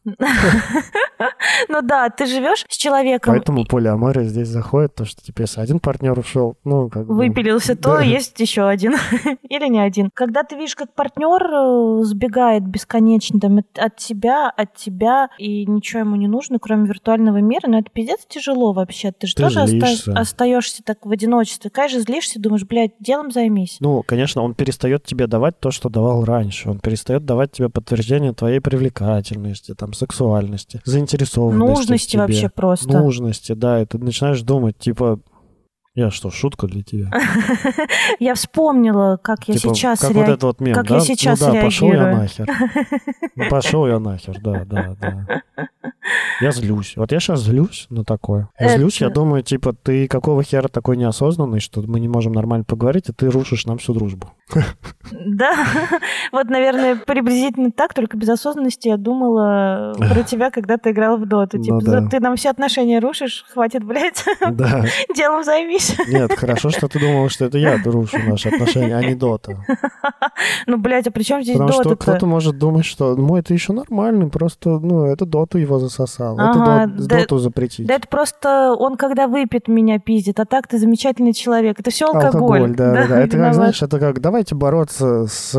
Да, ты живешь с человеком. Поэтому полиамория здесь заходит, то, что теперь один партнер ушел, выпилился, то есть еще один. Или не один. Когда ты видишь, как партнер сбегает бесконечно от тебя, и ничего ему не нужно, кроме виртуального мира, это пиздец тяжело вообще. Ты же тоже остаешься так в одиночестве. Конечно, злишься, думаешь, блядь, делом займись. Конечно, он перестает тебе давать то, что давал раньше. Он перестает давать тебе подтверждение твоей привлекательности, сексуальности, заинтересованности нужности в тебе. Вообще просто. Нужности, да. И ты начинаешь думать, типа... Я что, шутка для тебя? Я вспомнила, как я сейчас реагирую. Как вот этот вот мем, да? Я сейчас реагирую. Пошел я нахер, да. Я злюсь. Вот я сейчас злюсь на такое. Я думаю, типа, ты какого хера такой неосознанный, что мы не можем нормально поговорить, и ты рушишь нам всю дружбу. Да, вот, наверное, приблизительно так, только без осознанности я думала про тебя, когда ты играл в доту. Типа, ты нам все отношения рушишь, хватит, блядь, делом займись. Нет, хорошо, что ты думала, что это я рушу наши отношения, а не дота. Ну, блядь, а при чем здесь дота-то? Потому что кто-то может думать, что это еще нормально, просто, это доту его засосало. Это доту запретить. Да это просто он, когда выпьет, меня пиздит, а так ты замечательный человек. Это все алкоголь. Да. Это как, знаешь, это как, давайте бороться с,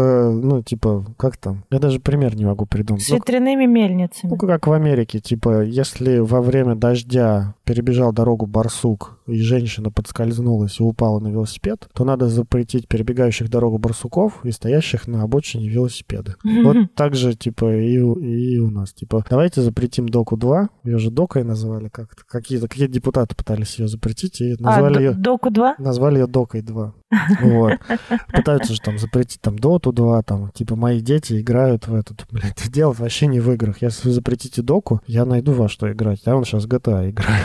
как там, я даже пример не могу придумать. С ветряными мельницами. Как в Америке, если во время дождя перебежал дорогу барсук, и женщина подскользнулась и упала на велосипед, то надо запретить перебегающих дорогу барсуков и стоящих на обочине велосипеды. Вот так же, и у нас. Давайте запретим Доку 2. Ее же Докой называли как-то. Какие депутаты пытались ее запретить и назвали ее... Доку 2? Назвали ее Докой 2. Вот. Пытаются же запретить Доту 2, мои дети играют в этот. Блядь, дело вообще не в играх. Если вы запретите Доку, я найду во что играть. Я вон сейчас в GTA играю.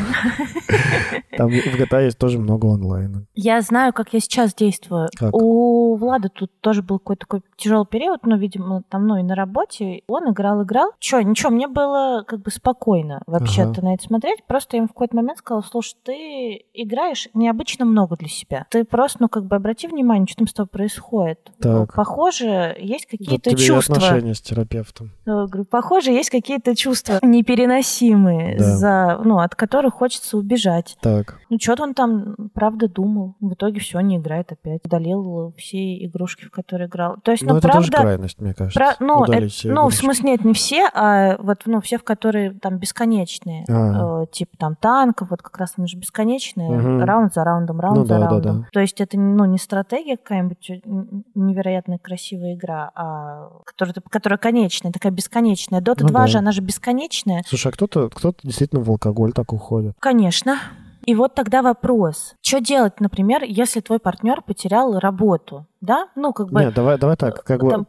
Там в GTA есть тоже много онлайна. Я знаю, как я сейчас действую. Как? У Влада тут тоже был какой-то такой тяжелый период, видимо, и на работе. Он играл. Ничего, мне было спокойно вообще-то на это смотреть. Просто я ему в какой-то момент сказала: слушай, ты играешь необычно много для себя. Ты просто, обрати внимание, что там с тобой происходит. Так. Похоже, есть какие-то тебе чувства. Отношения с терапевтом. Говорю, похоже, есть какие-то чувства непереносимые, от которых хочется убежать. Так. Что-то он там, правда, думал. В итоге все, не играет опять. Удалил все игрушки, в которые играл. То есть, это правда... тоже крайность, мне кажется. В смысле, нет, не все, а все, в которые там бесконечные. Типа танков, как раз они же бесконечные. Раунд за раундом, раунд за раундом. Да. То есть это не стратегия какая-нибудь невероятно красивая игра, которая конечная, такая бесконечная. Дота 2 же, она же бесконечная. Слушай, а кто-то действительно в алкоголь так уходит? Конечно. И вот тогда вопрос. Что делать, например, если твой партнер потерял работу? Да? Нет, давай так.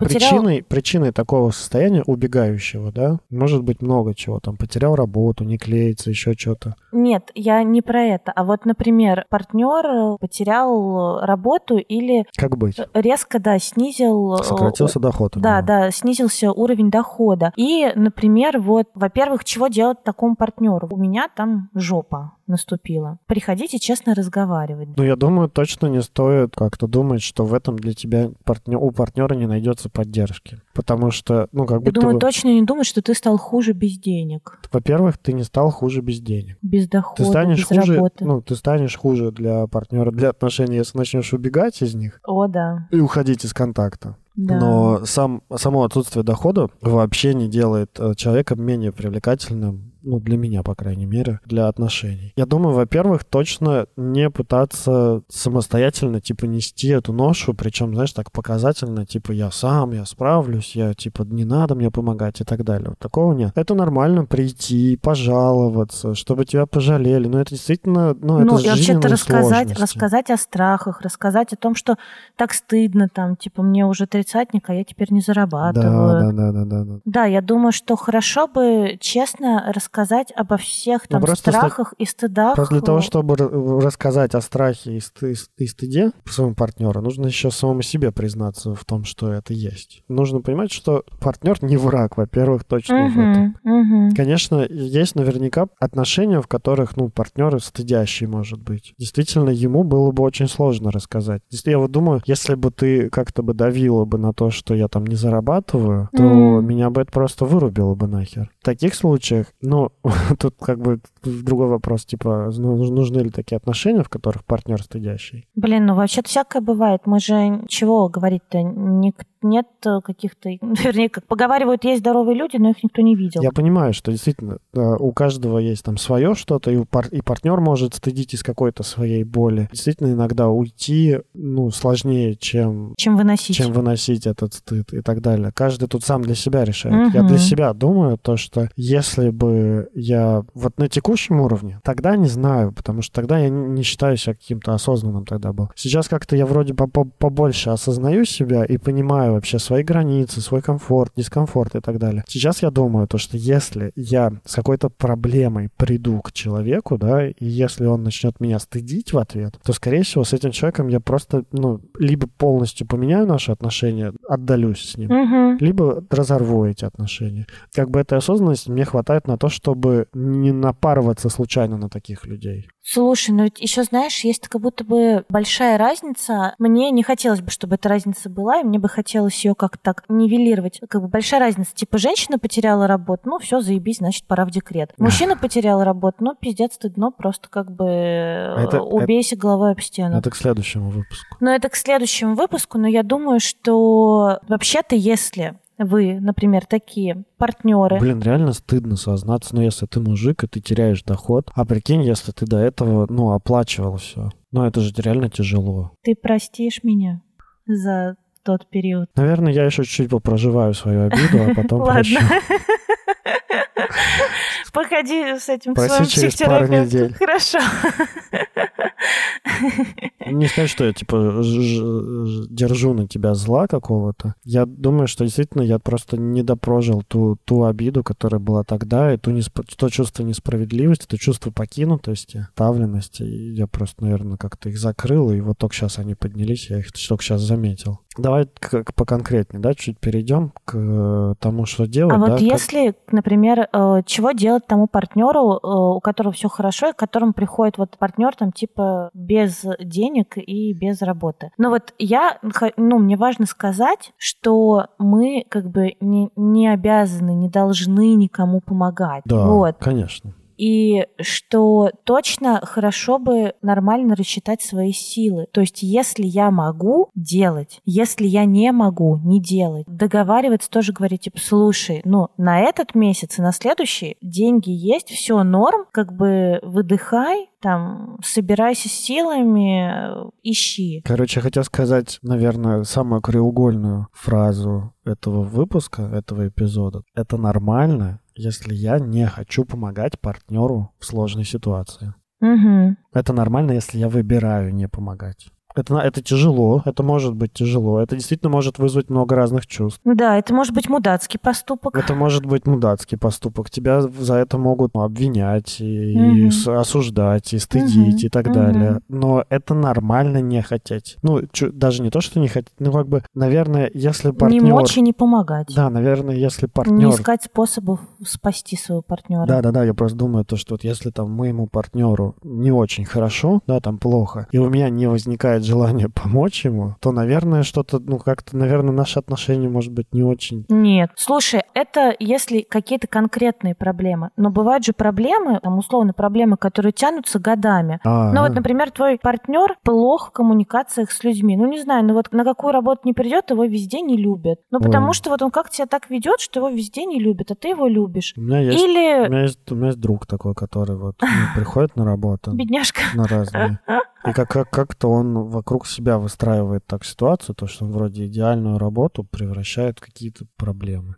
Причиной такого состояния убегающего, да, может быть много чего. Потерял работу, не клеится, еще что-то. Нет, я не про это. А вот, например, партнер потерял работу или... Как быть? Резко, снизил... Сократился доход. Да, снизился уровень дохода. И, например, во-первых, чего делать такому партнеру? У меня там жопа наступила. Приходите честно разговаривать. Я думаю, точно не стоит как-то думать, что в этом для тебя у партнера не найдется поддержки. Потому что, Я думаю, точно не думать, что ты стал хуже без денег. Во-первых, ты не стал хуже без денег. Без дохода, без работы. Ты станешь хуже для партнера, для отношений, если начнешь убегать из них. О, да. И уходить из контакта. Да. Но само отсутствие дохода вообще не делает человека менее привлекательным, для меня, по крайней мере, для отношений. Я думаю, во-первых, точно не пытаться самостоятельно, нести эту ношу, причем, знаешь, так показательно, я сам, я справлюсь, я, не надо мне помогать и так далее. Такого нет. Это нормально прийти, пожаловаться, чтобы тебя пожалели. Но это действительно, это и вообще-то сложности. рассказать о страхах, рассказать о том, что так стыдно, мне уже 30-ник, а я теперь не зарабатываю. Да. Да, я думаю, что хорошо бы честно рассказать обо всех страхах и стыдах. Просто для того, чтобы рассказать о страхе и стыде своему партнеру, нужно еще самому себе признаться в том, что это есть. Нужно понимать, что партнер не враг, во-первых, точно в этом. Конечно, есть наверняка отношения, в которых, партнеры стыдящие, может быть. Действительно, ему было бы очень сложно рассказать. Я думаю, если бы ты как-то бы давила бы на то, что я там не зарабатываю, то меня бы это просто вырубило бы нахер. В таких случаях, тут другой вопрос, нужны ли такие отношения, в которых партнер стыдящий? Блин, вообще-то всякое бывает. Мы же чего говорить-то? Нет каких-то... Вернее, как поговаривают, есть здоровые люди, но их никто не видел. Я понимаю, что действительно у каждого есть свое что-то, и партнер может стыдить из какой-то своей боли. Действительно, иногда уйти, сложнее, чем выносить этот стыд и так далее. Каждый тут сам для себя решает. Я для себя думаю, то, что если бы бы я вот на текущем уровне, тогда не знаю, потому что тогда я не считаю себя каким-то осознанным тогда был. Сейчас как-то я вроде побольше осознаю себя и понимаю вообще свои границы, свой комфорт, дискомфорт и так далее. Сейчас я думаю, то, что если я с какой-то проблемой приду к человеку, да, и если он начнет меня стыдить в ответ, то, скорее всего, с этим человеком я просто, либо полностью поменяю наши отношения, отдалюсь с ним, либо разорву эти отношения. Как бы этой осознанности мне хватает на то, чтобы не напарываться случайно на таких людей. Слушай, ну ведь еще, знаешь, есть как будто бы большая разница. Мне не хотелось бы, чтобы эта разница была, и мне бы хотелось ее как-то так нивелировать. Как бы большая разница. Типа, женщина потеряла работу, ну все, заебись, значит, пора в декрет. Мужчина потерял работу, ну пиздец, стыдно, просто как бы убейся головой об стену. Это к следующему выпуску. Ну это к следующему выпуску, но я думаю, что вообще-то, если вы, например, такие партнеры. Блин, реально стыдно сознаться, если ты мужик, и ты теряешь доход. А прикинь, если ты до этого, оплачивал все. Это же реально тяжело. Ты простишь меня за тот период? Наверное, я еще чуть-чуть попроживаю свою обиду, а потом прощу. Походи с этим своим психотерапевтом. Через пару недель. Хорошо. Не сказать, что я, держу на тебя зла какого-то. Я думаю, что действительно я просто не допрожил ту обиду, которая была тогда, и то чувство несправедливости, то чувство покинутости, оставленности. И я просто, наверное, как-то их закрыл, и вот только сейчас они поднялись, я их только сейчас заметил. Давай поконкретнее, да, чуть перейдем к тому, что делать. А вот если, например, чего делать тому партнеру, у которого все хорошо, и к которому приходит вот партнер там типа без денег и без работы. Но вот мне важно сказать, что мы как бы не обязаны, не должны никому помогать. Да, вот. Конечно. И что точно хорошо бы нормально рассчитать свои силы. То есть если я могу делать, если я не могу не делать, договариваться тоже говорить, типа, слушай, на этот месяц и на следующий деньги есть, все норм, как бы выдыхай, там, собирайся с силами, ищи. Короче, я хотел сказать, наверное, самую краеугольную фразу этого выпуска, этого эпизода. Это нормально, если я не хочу помогать партнеру в сложной ситуации. Угу. Это нормально, если я выбираю не помогать. Это тяжело, это может быть тяжело, это действительно может вызвать много разных чувств. Да, это может быть мудацкий поступок. Это может быть мудацкий поступок. Тебя за это могут обвинять, и осуждать, и стыдить, и так далее. Но это нормально не хотеть. Даже не то, что не хотеть, наверное, если партнер... Не мочь и не помогать. Да, наверное, если партнер... Не искать способов спасти своего партнера. Да, я просто думаю, что если там моему партнеру не очень хорошо, да, там плохо, и у меня не возникает желание помочь ему, то, наверное, наверное, наши отношения, может быть, не очень... Нет. Слушай, это если какие-то конкретные проблемы. Но бывают же проблемы, там, условно, проблемы, которые тянутся годами. Например, твой партнер плох в коммуникациях с людьми. Не знаю, на какую работу не придет, его везде не любят. Потому что он как себя так ведет, что его везде не любят, а ты его любишь. У меня есть друг такой, который приходит на работу. Бедняжка. На разные. И как-то он вокруг себя выстраивает так ситуацию, то, что он вроде идеальную работу превращает в какие-то проблемы.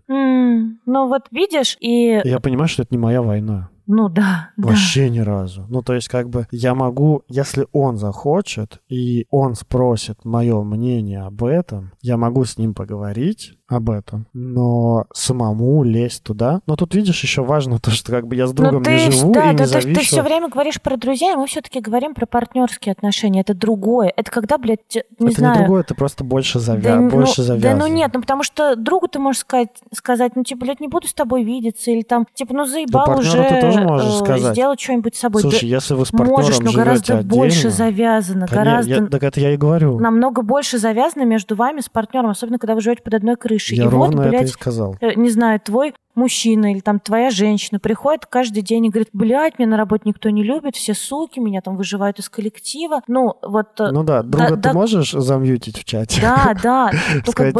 Видишь, и... Я понимаю, что это не моя война. Да. Вообще ни разу. То есть, я могу, если он захочет, и он спросит мое мнение об этом, я могу с ним поговорить об этом, но самому лезть туда. Но тут, видишь, еще важно то, что я с другом не живу и не завишу. Ты все время говоришь про друзей, а мы все-таки говорим про партнерские отношения. Это другое. Это когда, блядь, не знаю... Это не другое, это просто больше завязано. Да, нет, потому что другу ты можешь сказать, блядь, не буду с тобой видеться, или там, заебал уже ты тоже можешь сказать. Сделать что-нибудь с собой. Слушай, если вы с партнером можешь, но гораздо отдельно, больше завязано. Так это я и говорю. Намного больше завязано между вами с партнером, особенно когда вы живете под одной крышей. Я ровно это и сказал. Не знаю, твой мужчина или там твоя женщина приходит каждый день и говорит, блядь, меня на работе никто не любит, все суки, меня там выживают из коллектива. Друга ты можешь замьютить в чате? Да. Сказать,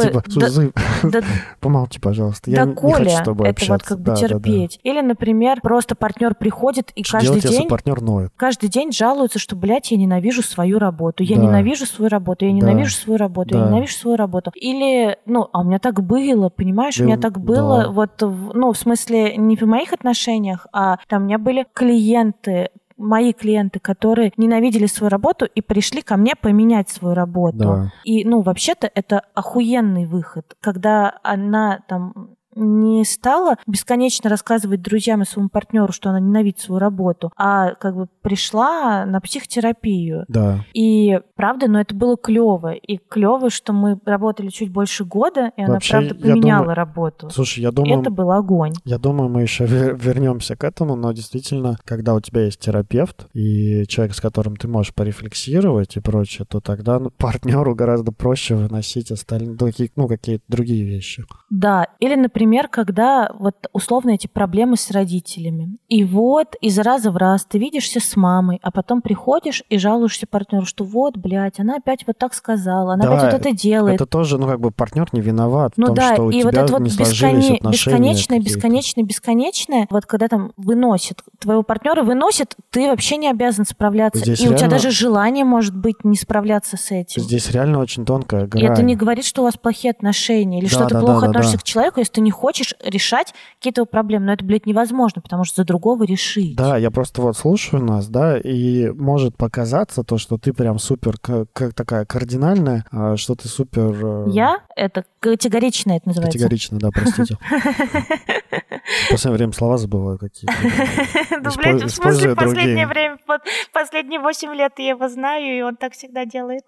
помолчи, пожалуйста. Я не хочу с тобой общаться. Это терпеть. Или, например, просто партнер приходит и каждый день... если партнер ноет? Каждый день жалуется, что, блядь, я ненавижу свою работу. Я ненавижу свою работу. Я ненавижу свою работу. Я ненавижу свою работу. Или, у меня так было, понимаешь, у меня так было в смысле, не в моих отношениях, а там у меня были мои клиенты, которые ненавидели свою работу и пришли ко мне поменять свою работу. Да. И, вообще-то это охуенный выход, когда она там не стала бесконечно рассказывать друзьям и своему партнеру, что она ненавидит свою работу, а как бы пришла на психотерапию. Да. И правда, это было клево. И клево, что мы работали чуть больше года, и Вообще, она, правда, поменяла работу. Слушай, я думаю... Это был огонь. Я думаю, мы еще вернемся к этому, но действительно, когда у тебя есть терапевт и человек, с которым ты можешь порефлексировать и прочее, то тогда партнеру гораздо проще выносить остальные, какие-то другие вещи. Да, или, например, когда условно эти проблемы с родителями. И из раза в раз ты видишься с мамой, а потом приходишь и жалуешься партнеру, что она опять так сказала, она опять это делает. Это тоже, партнер не виноват в том, что у тебя не сложились отношения. Бесконечное, когда там твоего партнера выносит, ты вообще не обязан справляться. Здесь и у тебя даже желание может быть не справляться с этим. Здесь реально очень тонкая грань. И это не говорит, что у вас плохие отношения, или что ты плохо относишься к человеку, если ты не хочешь решать какие-то проблемы. Но это, невозможно, потому что за другого решить. Да, я просто слушаю нас, да, и может показаться то, что ты прям супер такая кардинальная, что ты супер... Это категорично это называется. Категорично, да, простите. В последнее время слова забываю какие-то. В смысле, последнее время, последние 8 лет я его знаю, и он так всегда делает.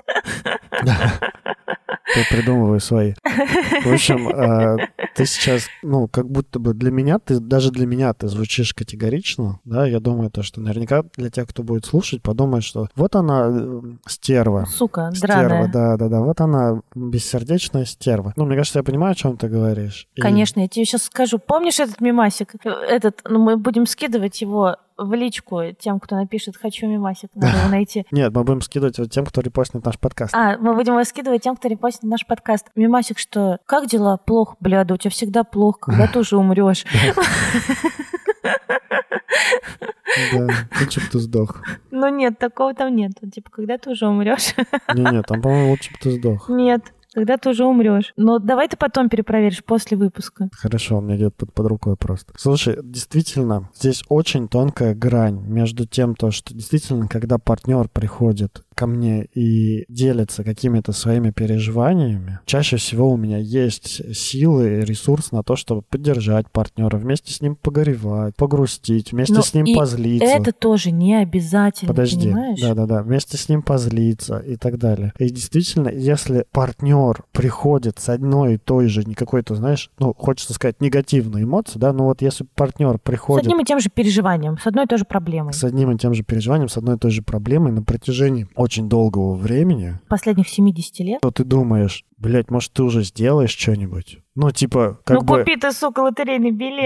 Ты придумывай свои. В общем, ты сейчас, как будто бы для меня ты звучишь категорично, да, я думаю, что наверняка для тех, кто будет слушать, подумает, что вот она стерва. Сука, драная. Да, вот она бессердечная стерва. Мне кажется, я понимаю, о чем ты говоришь. Конечно, я тебе сейчас скажу. Помнишь этот мемасик? Мы будем скидывать его в личку тем, кто напишет «хочу мемасик», надо его найти. Нет, мы будем скидывать его тем, кто репостнет наш подкаст. Мы будем его скидывать тем, кто репостнет наш подкаст. Мемасик, что «как дела? Плохо, да у тебя всегда плохо, когда ты уже умрешь». Да, лучше бы ты сдох. Нет, такого там нет. Когда ты уже умрешь. Нет, там, по-моему, лучше бы ты сдох. Нет. Когда ты уже умрешь. Но давай ты потом перепроверишь после выпуска. Хорошо, у меня идет под рукой просто. Слушай, действительно, здесь очень тонкая грань между тем, что действительно, когда партнер приходит ко мне и делится какими-то своими переживаниями, чаще всего у меня есть силы и ресурс на то, чтобы поддержать партнера, вместе с ним погоревать, погрустить, вместе с ним позлиться. Это тоже не обязательно, понимаешь? Да, вместе с ним позлиться и так далее. И действительно, если партнер приходит с одной и той же, не какой-то, знаешь, хочется сказать, негативной эмоции, да, если партнер приходит... С одним и тем же переживанием, с одной и той же проблемой. С одним и тем же переживанием, с одной и той же проблемой на протяжении очень долгого времени. Последних 70 лет. То ты думаешь, может, ты уже сделаешь что-нибудь? Купи ты, сука, лотерейный билет.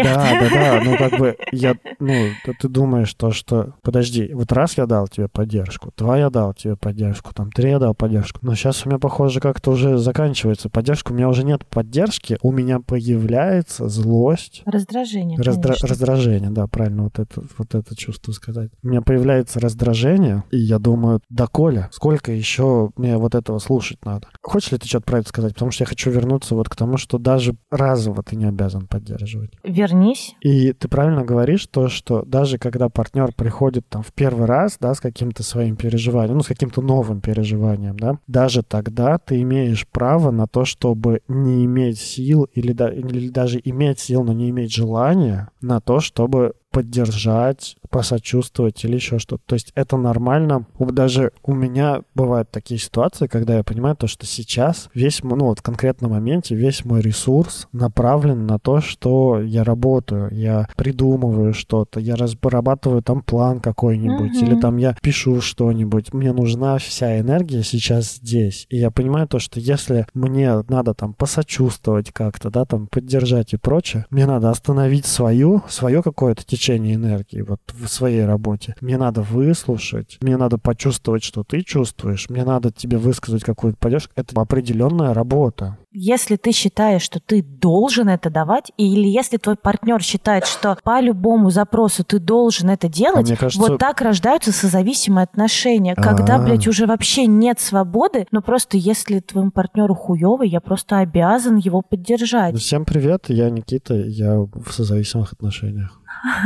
Да, ты думаешь что, подожди, раз я дал тебе поддержку, 2 я дал тебе поддержку, 3 я дал поддержку, но сейчас у меня, похоже, как-то уже заканчивается поддержка, у меня уже нет поддержки, у меня появляется злость. Раздражение, Раздражение, да, правильно, вот это чувство сказать. У меня появляется раздражение, и я думаю, Коля, сколько еще мне этого слушать надо? Хочешь ли ты что-то про это сказать? Потому что я хочу вернуться к тому, что даже разово ты не обязан поддерживать. Вернись. И ты правильно говоришь что даже когда партнер приходит в первый раз, да, с каким-то своим переживанием, с каким-то новым переживанием, да, даже тогда ты имеешь право на то, чтобы не иметь сил или даже иметь сил, но не иметь желания на то, чтобы поддержать, посочувствовать или еще что-то. То есть это нормально. Даже у меня бывают такие ситуации, когда я понимаю что сейчас весь, в конкретном моменте весь мой ресурс направлен на то, что я работаю, я придумываю что-то, я разрабатываю план какой-нибудь, или я пишу что-нибудь. Мне нужна вся энергия сейчас здесь. И я понимаю что если мне надо посочувствовать как-то, да, поддержать и прочее, мне надо остановить свое какое-то течение получения энергии вот в своей работе. Мне надо выслушать, мне надо почувствовать, что ты чувствуешь, мне надо тебе высказать какую-то поддержку. Это определенная работа. Если ты считаешь, что ты должен это давать, или если твой партнер считает, что по любому запросу ты должен это делать, мне кажется... вот так рождаются созависимые отношения. Когда, блядь, уже вообще нет свободы, но просто если твоему партнеру хуёвый, я просто обязан его поддержать. Всем привет, я Никита, я в созависимых отношениях.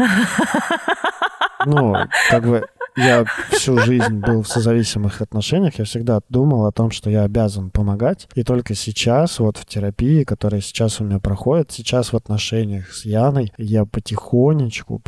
Ну, как бы я всю жизнь был в созависимых отношениях, я всегда думал о том, что я обязан помогать. И только сейчас, вот в терапии, которая сейчас у меня проходит, сейчас в отношениях с Яной, я потихонечку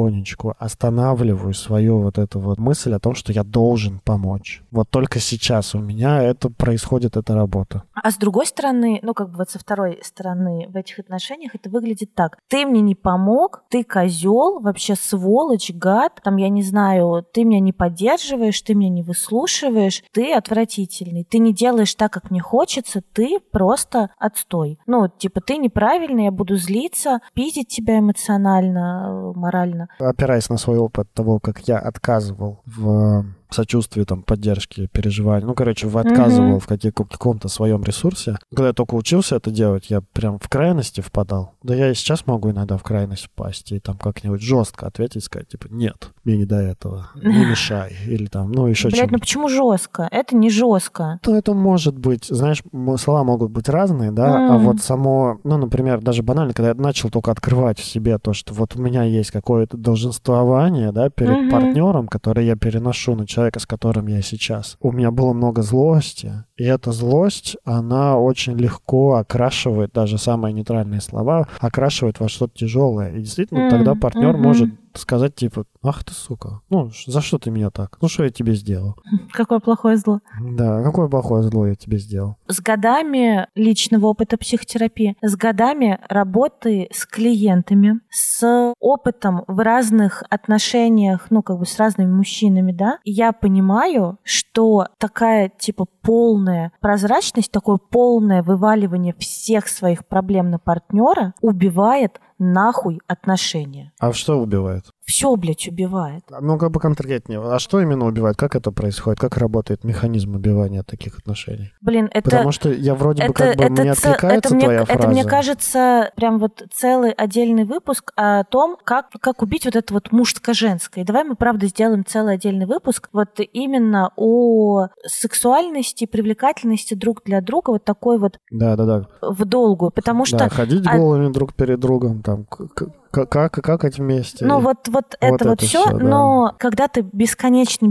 останавливаю свою вот эту вот мысль о том, что я должен помочь. Вот только сейчас у меня это происходит, эта работа. А с другой стороны, ну как бы вот со второй стороны в этих отношениях это выглядит так. Ты мне не помог, ты козел, вообще сволочь, гад, там, я не знаю, ты меня не поддерживаешь, ты меня не выслушиваешь, ты отвратительный, ты не делаешь так, как мне хочется, ты просто отстой. Ну, типа, ты неправильный, я буду злиться, пиздить тебя эмоционально, морально. Опираясь на свой опыт того, как я отказывал в сочувствии, там, поддержки, переживаний. Ну, короче, отказывал в каком-то своем ресурсе. Когда я только учился это делать, я прям в крайности впадал. Да я и сейчас могу иногда в крайность впасть и там как-нибудь жестко ответить, сказать, типа, нет, мне не до этого, не мешай. Или там, ну, еще что-то. Блядь, ну почему жестко? Это не жестко. Ну, это может быть, знаешь, слова могут быть разные, да, а вот само, ну, например, даже банально, когда я начал только открывать в себе то, что вот у меня есть какое-то долженствование, да, перед партнером, которое я переношу на человека, с которым я сейчас. У меня было много злости, и эта злость, она очень легко окрашивает, даже самые нейтральные слова, окрашивает во что-то тяжелое. И действительно, тогда партнер может сказать, типа, ах ты, сука, ну, за что ты меня так? Ну, что я тебе сделал? Какое плохое зло. Да, какое плохое зло я тебе сделал? С годами личного опыта психотерапии, с годами работы с клиентами, с опытом в разных отношениях, ну, как бы с разными мужчинами, да, я понимаю, что такая, типа, полная прозрачность, такое полное вываливание всех своих проблем на партнера убивает нахуй отношения. А что убивает? Все, блядь, убивает. Ну, как бы конкретнее. А что именно убивает? Как это происходит? Как работает механизм убивания таких отношений? Блин, это... Потому что я вроде бы как бы мне откликается твоя фраза. Это, мне кажется, прям вот целый отдельный выпуск о том, как убить вот это вот мужско-женское. И давай мы, правда, сделаем целый отдельный выпуск вот именно о сексуальности, привлекательности друг для друга, вот такой вот в долгую. Потому что... Да, ходить голыми друг перед другом, там... Какать вместе. Ну, вот это вот все, да. Но когда ты бесконечно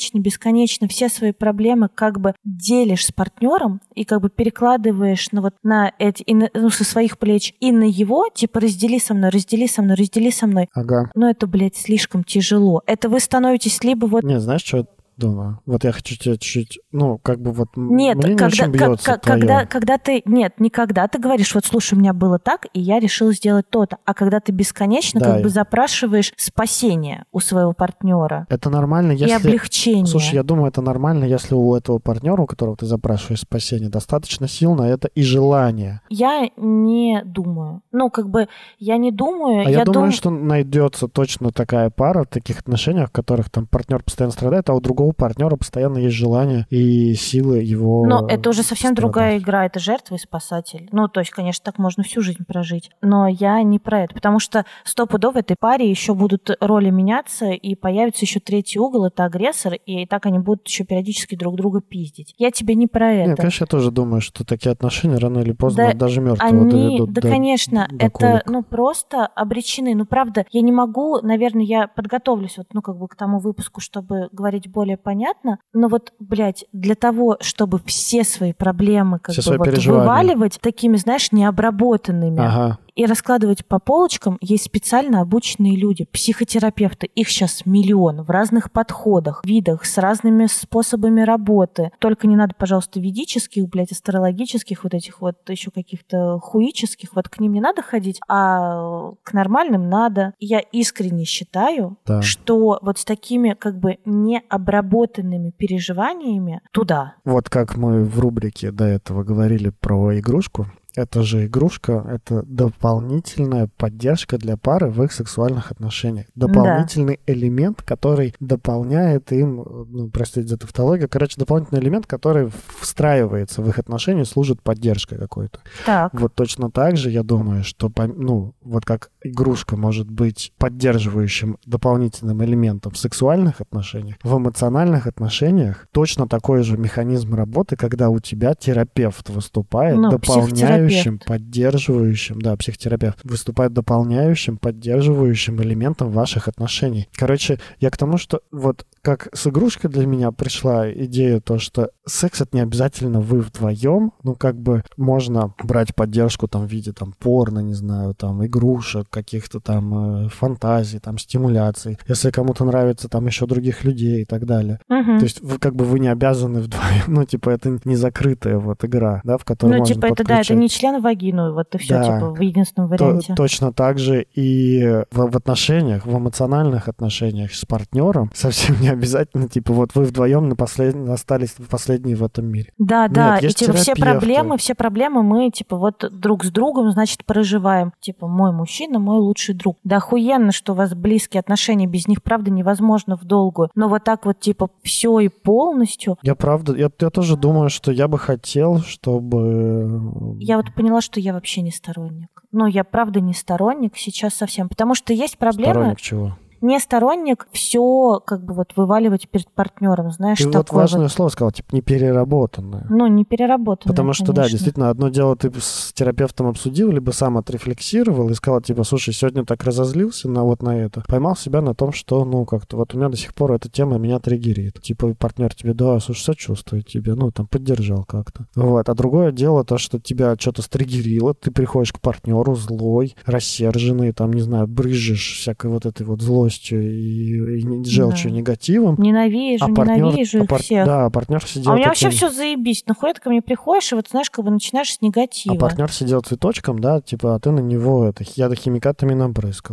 все свои проблемы как бы делишь с партнером и как бы перекладываешь на эти, со своих плеч и на его, типа, раздели со мной. Ага. Но это, блядь, слишком тяжело. Это вы становитесь либо вот... Не, знаешь, что думаю? Вот я хочу тебе чуть-чуть, ну, как бы вот... Нет, мне не очень бьется когда ты... Нет, не когда ты говоришь, вот, слушай, у меня было так, и я решил сделать то-то. А когда ты бесконечно как бы запрашиваешь спасение у своего партнера. Это нормально, если... И облегчение. Слушай, я думаю, это нормально, если у этого партнера, у которого ты запрашиваешь спасение, достаточно сил на это и желания. Я не думаю. Ну, как бы, я не думаю... А я думаю, что найдется точно такая пара в таких отношениях, в которых там партнер постоянно страдает, а у другого партнера постоянно есть желание и силы его... Но это уже совсем другая игра, это жертва и спасатель. Ну, то есть, конечно, так можно всю жизнь прожить. Но я не про это, потому что стопудово в этой паре еще будут роли меняться, и появится еще третий угол, это агрессор, и так они будут еще периодически друг друга пиздить. Я тебе не про это. Нет, конечно, я тоже думаю, что такие отношения рано или поздно даже мертвого доведут. Да, конечно, это, ну, просто обречены. Ну, правда, я не могу, наверное, я подготовлюсь вот, ну, как бы к тому выпуску, чтобы говорить более понятно, но вот, блядь, для того, чтобы все свои проблемы как бы вот вываливать такими, знаешь, необработанными и раскладывать по полочкам, есть специально обученные люди, психотерапевты, их сейчас миллион в разных подходах, видах, с разными способами работы. Только не надо, пожалуйста, ведических, блядь, астрологических, вот этих вот еще каких-то хуических, вот к ним не надо ходить, а к нормальным надо. И я искренне считаю, что вот с такими как бы необработанными переживаниями туда. Вот как мы в рубрике до этого говорили про игрушку, это же игрушка, это дополнительная поддержка для пары в их сексуальных отношениях. Дополнительный элемент, который дополняет им, простите за тавтологию, дополнительный элемент, который встраивается в их отношения, служит поддержкой какой-то. Так. Вот точно так же, я думаю, что, вот как игрушка может быть поддерживающим дополнительным элементом в сексуальных отношениях, в эмоциональных отношениях точно такой же механизм работы, когда у тебя терапевт выступает дополняющим, поддерживающим, психотерапевт выступает дополняющим, поддерживающим элементом ваших отношений. Короче, я к тому, что вот как с игрушкой для меня пришла идея то, что секс — это не обязательно вы вдвоем, можно брать поддержку там в виде там порно, не знаю, там игрушек, каких-то там фантазий, там стимуляций. Если кому-то нравится там еще других людей и так далее. То есть вы не обязаны вдвоем, это не закрытая вот игра, да, в которой можно подключать. Это не член вагину, вот и все, в единственном варианте. Точно так же и в отношениях, в эмоциональных отношениях с партнером совсем не обязательно, вы вдвоем остались последние в этом мире. Да, и все проблемы мы, друг с другом, значит, проживаем. Мой мужчина, мой лучший друг. Да охуенно, что у вас близкие отношения, без них, правда, невозможно в долгую. Но вот так все и полностью. Я тоже думаю, что я бы хотел, чтобы... Я поняла, что я вообще не сторонник. Я правда не сторонник сейчас совсем, потому что есть проблемы... Сторонник чего? Не сторонник все вываливать перед партнером, знаешь, ты такое важное слово сказал, не переработанное. Не переработанное, потому что, конечно. да, действительно, одно дело ты с терапевтом обсудил, либо сам отрефлексировал и сказал, слушай, сегодня так разозлился на это, поймал себя на том, что, у меня до сих пор эта тема меня триггерит. Партнер тебе, слушай, сочувствует тебе, поддержал как-то. А другое дело то, что тебя что-то стриггерило, ты приходишь к партнеру злой, рассерженный, брызжешь всякой этой злостью и желчью, негативом. Ненавижу их всех. Да, партнер сидел... А у меня вообще все заебись. Нахуй ты ко мне приходишь, и начинаешь с негатива. А партнер сидел цветочком, да, а ты на него ядохимикатами набрызгал.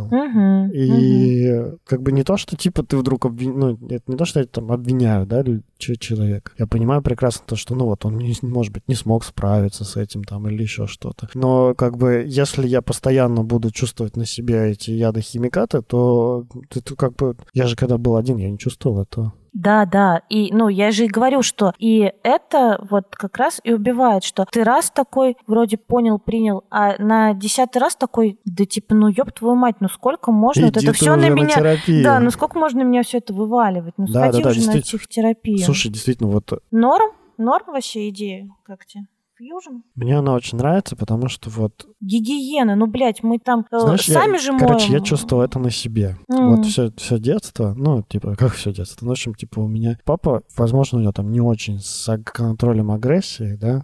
И не то, что ты вдруг это не то, что я там обвиняю, да, человека. Я понимаю прекрасно то, что, он, может быть, не смог справиться с этим там или еще что-то. Но, если я постоянно буду чувствовать на себе эти ядохимикаты, то я же когда был один, я не чувствовал этого. Да, и, я же и говорю, что и это как раз и убивает, что ты раз такой вроде понял, принял, а на 10-й раз такой, ёб твою мать, сколько можно это все на меня... Терапию. Да, сколько можно на меня все это вываливать? Сходи уже на психотерапию. Слушай, действительно, Норм вообще идея, как тебе? Фьюжн? Мне она очень нравится, потому что Гигиена, мы там сами же моем. Я чувствовал это на себе. Все детство, как все детство. В общем, у меня папа, возможно, у него там не очень с контролем агрессии, да,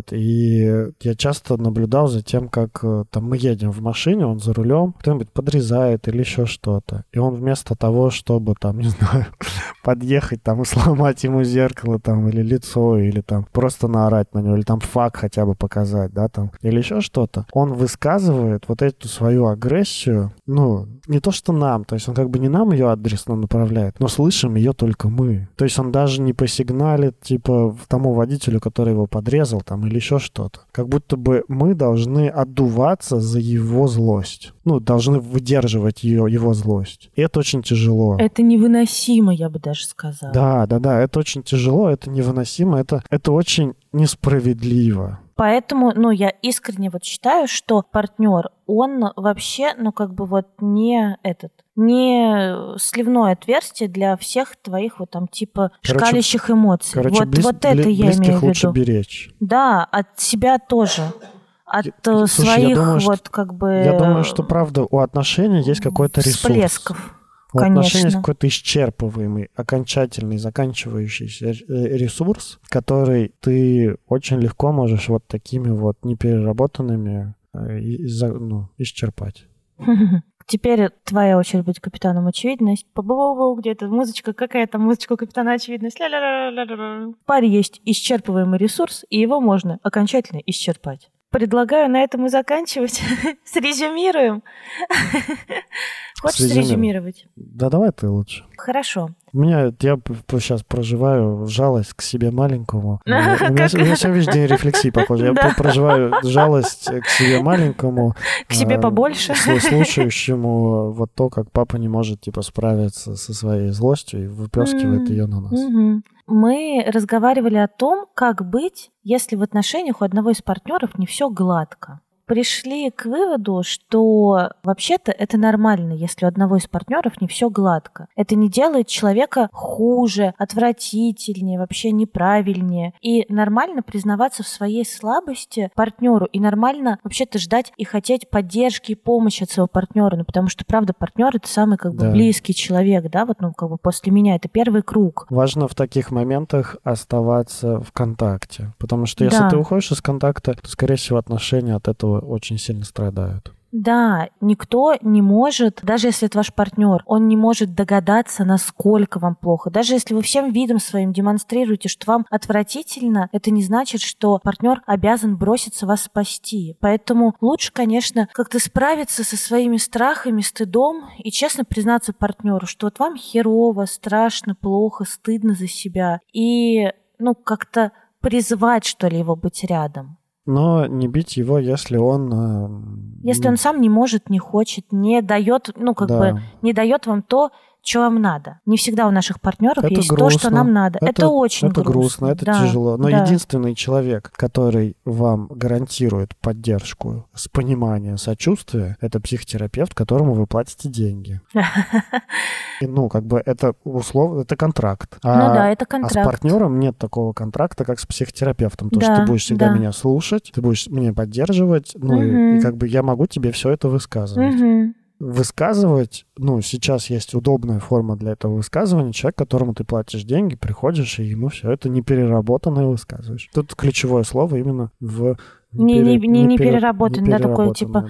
и я часто наблюдал за тем, как мы едем в машине, он за рулем, кто-нибудь подрезает или еще что-то. И он вместо того, чтобы не знаю, подъехать и сломать ему зеркало или лицо, или просто наорать на него, или факт хотя бы показать, да, или еще что-то, он высказывает эту свою агрессию, не то что нам, то есть он не нам ее адресно направляет, но слышим ее только мы. То есть он даже не посигналит, тому водителю, который его подрезал, или еще что-то. Как будто бы мы должны отдуваться за его злость. Должны выдерживать его злость. И это очень тяжело. Это невыносимо, я бы даже сказала. Да, это очень тяжело, это невыносимо, это очень несправедливо. Поэтому, я искренне считаю, что партнер, он вообще, не сливное отверстие для всех твоих шкалящих эмоций. Это я имею в виду. Лучше беречь. Да, от себя тоже. От своих Я думаю, что правда у отношений есть какой-то ресурс. Всплесков. У отношений есть какой-то исчерпываемый, окончательный, заканчивающийся ресурс, который ты очень легко можешь такими непереработанными исчерпать. Теперь твоя очередь быть капитаном очевидность. Где-то музычка, какая-то музычка капитана очевидность. В паре есть исчерпываемый ресурс, и его можно окончательно исчерпать. Предлагаю на этом и заканчивать. Срезюмируем. Хочешь срезюмировать? Да давай ты лучше. Хорошо. Я сейчас проживаю жалость к себе маленькому. У меня сегодня весь день рефлексии, похоже. Я проживаю жалость к себе маленькому. К себе побольше. Слушающему вот то, как папа не может справиться со своей злостью и выплескивает ее на нас. Мы разговаривали о том, как быть, если в отношениях у одного из партнеров не все гладко. Пришли к выводу, что вообще-то это нормально, если у одного из партнеров не все гладко. Это не делает человека хуже, отвратительнее, вообще неправильнее. И нормально признаваться в своей слабости партнеру, и нормально вообще-то ждать и хотеть поддержки и помощи от своего партнера. Потому что, правда, партнер — это самый близкий человек, да, после меня. Это первый круг. Важно в таких моментах оставаться в контакте. Потому что если ты уходишь из контакта, то, скорее всего, отношения от этого очень сильно страдают. Да, никто не может, даже если это ваш партнер, он не может догадаться, насколько вам плохо. Даже если вы всем видом своим демонстрируете, что вам отвратительно, это не значит, что партнер обязан броситься вас спасти. Поэтому лучше, конечно, как-то справиться со своими страхами, стыдом и честно признаться партнеру, что вот вам херово, страшно, плохо, стыдно за себя. И, как-то призвать, что ли, его быть рядом. Но не бить его, если он... Если он сам не может, не хочет, не дает, не дает вам то, что вам надо. Не всегда у наших партнеров это есть грустно. То, что нам надо. Это очень грустно. Это тяжело. Но единственный человек, который вам гарантирует поддержку, с пониманием, сочувствие, это психотерапевт, которому вы платите деньги. И, это условно, это контракт. Это контракт. А с партнером нет такого контракта, как с психотерапевтом. То, что ты будешь всегда меня слушать, ты будешь меня поддерживать, и я могу тебе все это высказывать. Высказывать, сейчас есть удобная форма для этого высказывания. Человек, которому ты платишь деньги, приходишь, и ему все это непереработанное высказываешь. Тут ключевое слово именно в непереработанное, такое типа...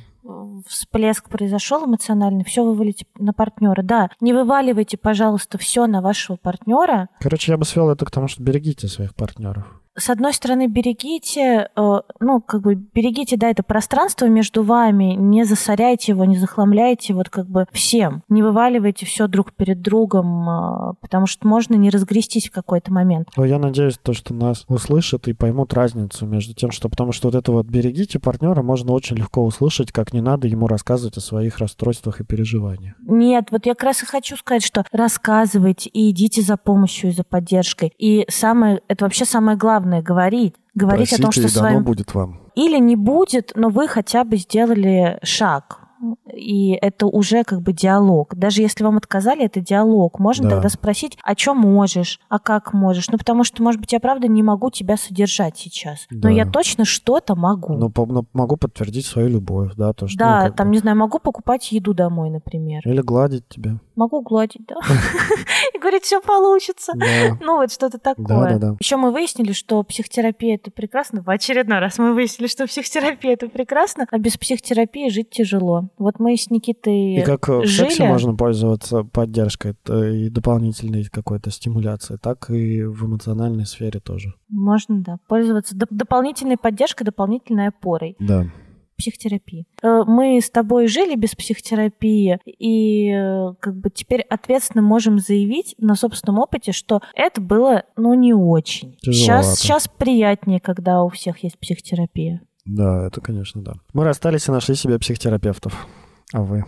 Всплеск произошел эмоциональный, все вывалите на партнера. Да, не вываливайте, пожалуйста, все на вашего партнера. Короче, я бы свел это к тому, что берегите своих партнеров. С одной стороны, берегите, берегите, это пространство между вами, не засоряйте его, не захламляйте всем. Не вываливайте все друг перед другом, потому что можно не разгрестись в какой-то момент. Но я надеюсь, что нас услышат и поймут разницу между тем, потому что берегите партнера можно очень легко услышать, как не надо ему рассказывать о своих расстройствах и переживаниях. Нет, я как раз и хочу сказать, что рассказывайте и идите за помощью и за поддержкой. И это вообще самое главное. Говорить Просите, о том, что и с вами будет вам. Или не будет, но вы хотя бы сделали шаг. И это уже диалог. Даже если вам отказали, это диалог. Можно тогда спросить, а что можешь, а как можешь. Потому что, может быть, я правда не могу тебя содержать сейчас. Но я точно что-то могу. Но могу подтвердить свою любовь, да. То, что, не знаю, могу покупать еду домой, например. Или гладить тебя. Могу гладить, да. И говорить, все получится. Что-то такое. Да. Еще мы выяснили, что психотерапия — это прекрасно. В очередной раз мы выяснили, что психотерапия — это прекрасно, а без психотерапии жить тяжело. Мы с Никитой жили. И как в сексе жили. можно пользоваться поддержкой и дополнительной какой-то стимуляцией, так и в эмоциональной сфере тоже. Можно, пользоваться дополнительной поддержкой, дополнительной опорой. Да. Психотерапии. Мы с тобой жили без психотерапии, и теперь ответственно можем заявить на собственном опыте, что это было, не очень. Сейчас приятнее, когда у всех есть психотерапия. Да, это, конечно, да. Мы расстались и нашли себе психотерапевтов. А вы?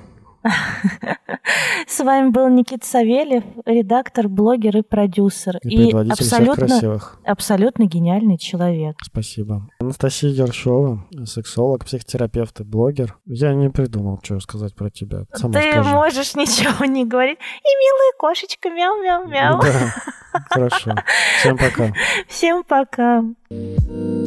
С вами был Никита Савельев, редактор, блогер и продюсер. И абсолютно гениальный человек. Спасибо. Анастасия Ершова, сексолог, психотерапевт и блогер. Я не придумал, что сказать про тебя. Сама Ты скажи. Можешь ничего не говорить. И милая кошечка, мяу-мяу-мяу. Да, хорошо. Всем пока. Всем пока.